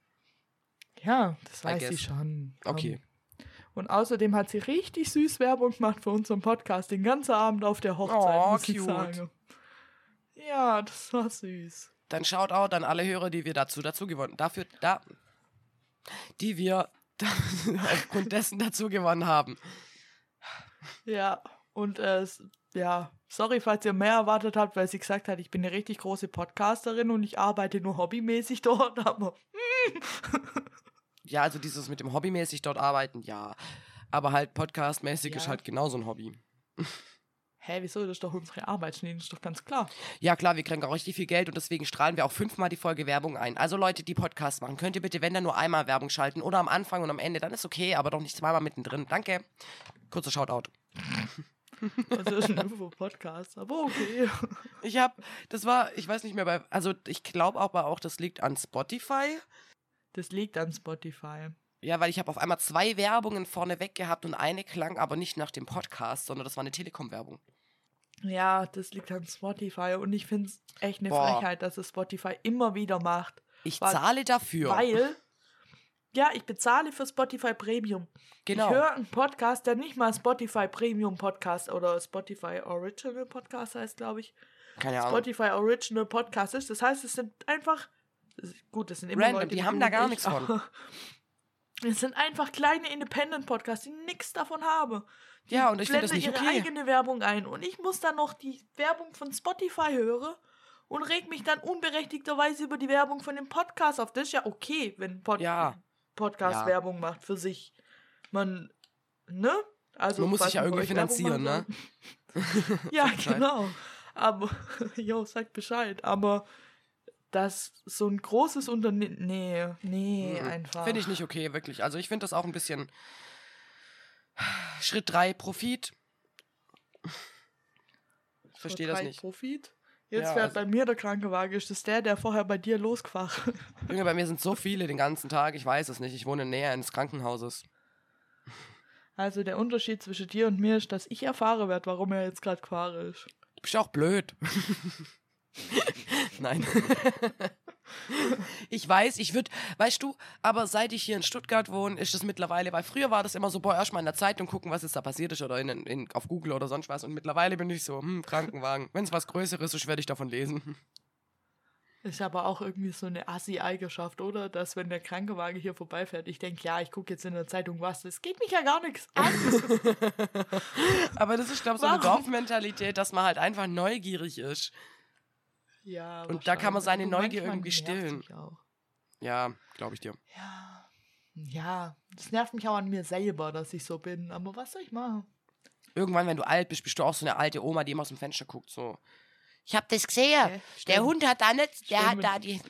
Ja, das I weiß sie guess. schon. Komm. Okay. Und außerdem hat sie richtig süß Werbung gemacht für unseren Podcast den ganzen Abend auf der Hochzeit, Oh, muss ich cute. sagen. Ja, das war süß. Dann Shoutout an alle Hörer, die wir dazu dazu gewonnen, dafür, da, die wir da, aufgrund dessen dazu gewonnen haben. Ja, und äh, s- ja, sorry, falls ihr mehr erwartet habt, weil sie gesagt hat, ich bin eine richtig große Podcasterin und ich arbeite nur hobbymäßig dort, aber Ja, also dieses mit dem hobbymäßig dort arbeiten, ja. Aber halt podcastmäßig Ja. ist halt genauso ein Hobby. hä, wieso, das ist doch unsere Arbeit, Schnee, das ist doch ganz klar. Ja, klar, wir kriegen auch richtig viel Geld und deswegen strahlen wir auch fünfmal die Folge Werbung ein. Also Leute, die Podcasts machen, könnt ihr bitte, wenn dann nur einmal Werbung schalten oder am Anfang und am Ende, dann ist okay, aber doch nicht zweimal mittendrin. Danke. Kurzer Shoutout. Also das ist ein Info-Podcast, aber okay. Ich hab, das war, ich weiß nicht mehr, bei, also ich glaube aber auch, das liegt an Spotify. Das liegt an Spotify. Ja, weil ich habe auf einmal zwei Werbungen vorneweg gehabt und eine klang aber nicht nach dem Podcast, sondern das war eine Telekom-Werbung. Ja, das liegt an Spotify und ich finde es echt eine Boah. Frechheit, dass es Spotify immer wieder macht. Ich Weil- zahle dafür. Weil, ja, ich bezahle für Spotify Premium. Genau. Ich höre einen Podcast, der nicht mal Spotify Premium Podcast oder Spotify Original Podcast heißt, glaube ich. Keine Ahnung. Spotify Original Podcast ist. Das heißt, es sind einfach, das ist- gut, das sind immer Random, Leute, die wie haben du da und gar ich, nichts von. aber Es sind einfach kleine Independent Podcasts, die nichts davon haben. Die Ja, und ich finde das blenden nicht ihre okay. eigene Werbung ein. Und ich muss dann noch die Werbung von Spotify hören und reg mich dann unberechtigterweise über die Werbung von dem Podcast auf. Das ist ja okay, wenn Pod Ja. Podcast Ja. Werbung macht für sich. Man, ne? Also, Man muss falls sich ja man für irgendwie euch Werbung finanzieren, machen ne? soll. Ja, Sag Bescheid. genau. Aber, jo, sagt Bescheid. Aber das so ein großes Unternehmen, nee, nee, Mhm. einfach. Finde ich nicht okay, wirklich. Also ich finde das auch ein bisschen Schritt drei Profit. Ich verstehe das Drei nicht. Profit. Jetzt Ja, fährt also- bei mir der Krankenwagen. Ist das der, der vorher bei dir losgefahren? Junge, bei mir sind so viele den ganzen Tag, ich weiß es nicht. Ich wohne näher eines Krankenhauses. Also der Unterschied zwischen dir und mir ist, dass ich erfahren werde, warum er jetzt gerade gefahren ist. Du bist ja auch blöd. Nein. Ich weiß, ich würde, weißt du, aber seit ich hier in Stuttgart wohne, ist das mittlerweile, weil früher war das immer so, boah, erst mal in der Zeitung gucken, was jetzt da passiert ist oder in, in, auf Google oder sonst was. Und mittlerweile bin ich so, hm, Krankenwagen. Wenn es was Größeres ist, werde ich davon lesen. Ist aber auch irgendwie so eine Assi-Eigenschaft, oder? Dass, wenn der Krankenwagen hier vorbeifährt, ich denke, ja, ich gucke jetzt in der Zeitung was. Das geht mich ja gar nichts an. Aber das ist, glaube ich, so eine Warum? Dorfmentalität, dass man halt einfach neugierig ist. Ja, Und da kann man seine wahrscheinlich. Aber Neugier manchmal irgendwie nervt's stillen. mich auch. Ja, glaube ich dir. Ja. Ja, das nervt mich auch an mir selber, dass ich so bin. Aber was soll ich machen? Irgendwann, wenn du alt bist, bist du auch so eine alte Oma, die immer aus dem Fenster guckt, so. Ich hab das gesehen. Hä? Der Stimmt. Hund hat da nicht, der Stimmt. hat da die...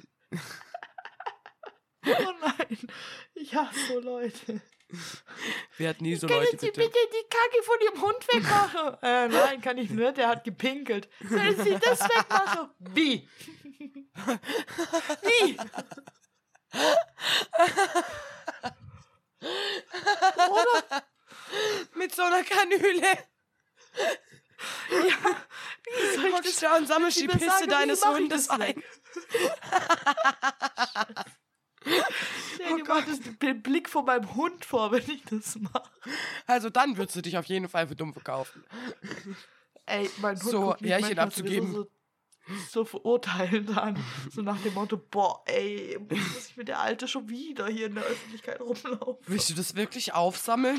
Oh nein, ich hasse so Leute. Wir hatten nie so Können Leute, Sie bitte. bitte die Kacke von Ihrem Hund wegmachen? äh, nein, kann ich nicht, der hat gepinkelt. Können Sie das wegmachen? Wie? Wie? Oder? Mit so einer Kanüle. Ja, wie soll ich das Hockst da und sammelst die mir Pisse sagen, wie deines mach ich Hundes das ein. weg? Stell dir mal das- den Blick von meinem Hund vor, wenn ich das mache. Also dann würdest du dich auf jeden Fall für dumm verkaufen. Ey, mein Hund So, guckt mich Härchen manchmal abzugeben. sowieso So, so verurteilend an. So nach dem Motto, boah, ey, muss ich mit der Alte schon wieder hier in der Öffentlichkeit rumlaufen? Willst du das wirklich aufsammeln?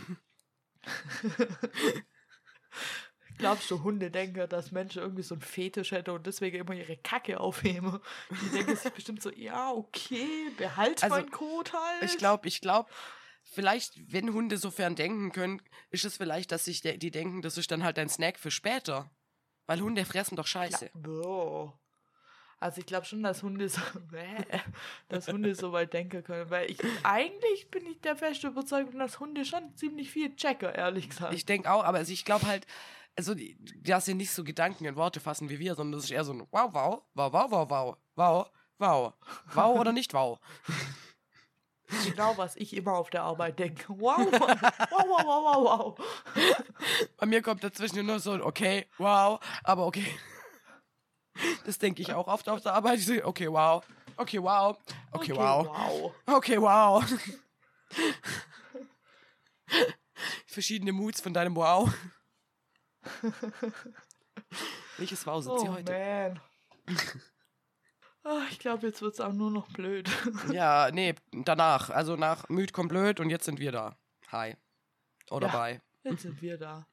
Glaubst du, Hunde denken, dass Menschen irgendwie so einen Fetisch hätten und deswegen immer ihre Kacke aufheben? Die denken sich bestimmt so, ja, okay, behalt Also, mein Kot halt. Ich glaube, ich glaube, vielleicht, wenn Hunde sofern denken können, ist es vielleicht, dass sich de- die denken, das ist dann halt ein Snack für später. Weil Hunde fressen doch Scheiße. Boah. Also ich glaube schon, dass Hunde so, dass Hunde so weit denken können. Weil ich, eigentlich bin ich der festen Überzeugung, dass Hunde schon ziemlich viel checken, ehrlich gesagt. Ich denke auch, aber also ich glaube halt, also, die- dass sie nicht so Gedanken in Worte fassen wie wir, sondern das ist eher so ein wow, wow, wow, wow, wow, wow, wow, wow, wow oder nicht wow. Genau, was ich immer auf der Arbeit denke. Wow, wow, wow, wow, wow, wow. Bei mir kommt dazwischen nur so ein okay, wow, aber okay. Das denke ich auch oft auf der Arbeit. Ich so, okay, wow, okay, wow, okay, wow, wow. okay, wow. Verschiedene Moods von deinem Wow. Welches Wow sind Sie Oh heute? man. Ah, ich glaube, jetzt wird es auch nur noch blöd. Ja, nee, danach. Also nach müd kommt blöd und jetzt sind wir da. Hi. Oder Ja. bye. Jetzt sind wir da.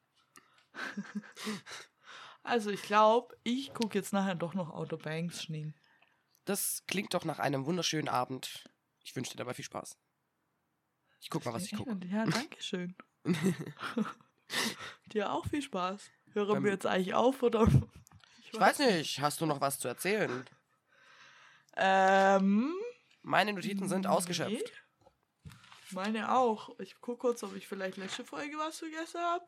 Also ich glaube, ich gucke jetzt nachher doch noch Outer Banks schneiden. Das klingt doch nach einem wunderschönen Abend. Ich wünsche dir dabei viel Spaß. Ich guck mal, was ich gucke. Ja, danke schön. Dir auch viel Spaß. Hören Beim- wir jetzt eigentlich auf, oder? Ich weiß nicht, hast du noch was zu erzählen? Ähm, Meine Notizen sind ausgeschöpft. nee. Meine auch. Ich gucke kurz, ob ich vielleicht letzte Folge was vergessen habe.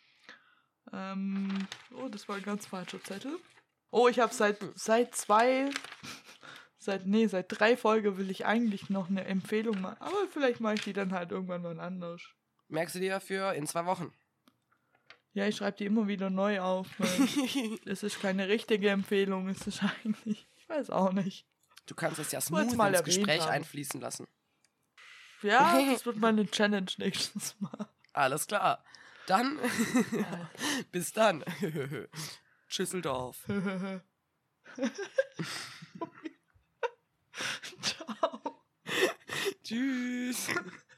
Ähm, oh, das war ein ganz falscher Zettel. Oh, ich habe seit, seit zwei, seit, nee, seit drei Folgen will ich eigentlich noch eine Empfehlung machen. Aber vielleicht mache ich die dann halt irgendwann mal anders. Merkst du dir dafür in zwei Wochen? Ja, ich schreibe die immer wieder neu auf. Weil es ist keine richtige Empfehlung. Es ist eigentlich, ich weiß auch nicht. Du kannst es ja Wollt's smooth mal ins erwähnt Gespräch haben. einfließen lassen. Ja, das wird meine Challenge nächstes Mal. Alles klar. Dann, bis dann. Schüsseldorf. Ciao. Tschüss.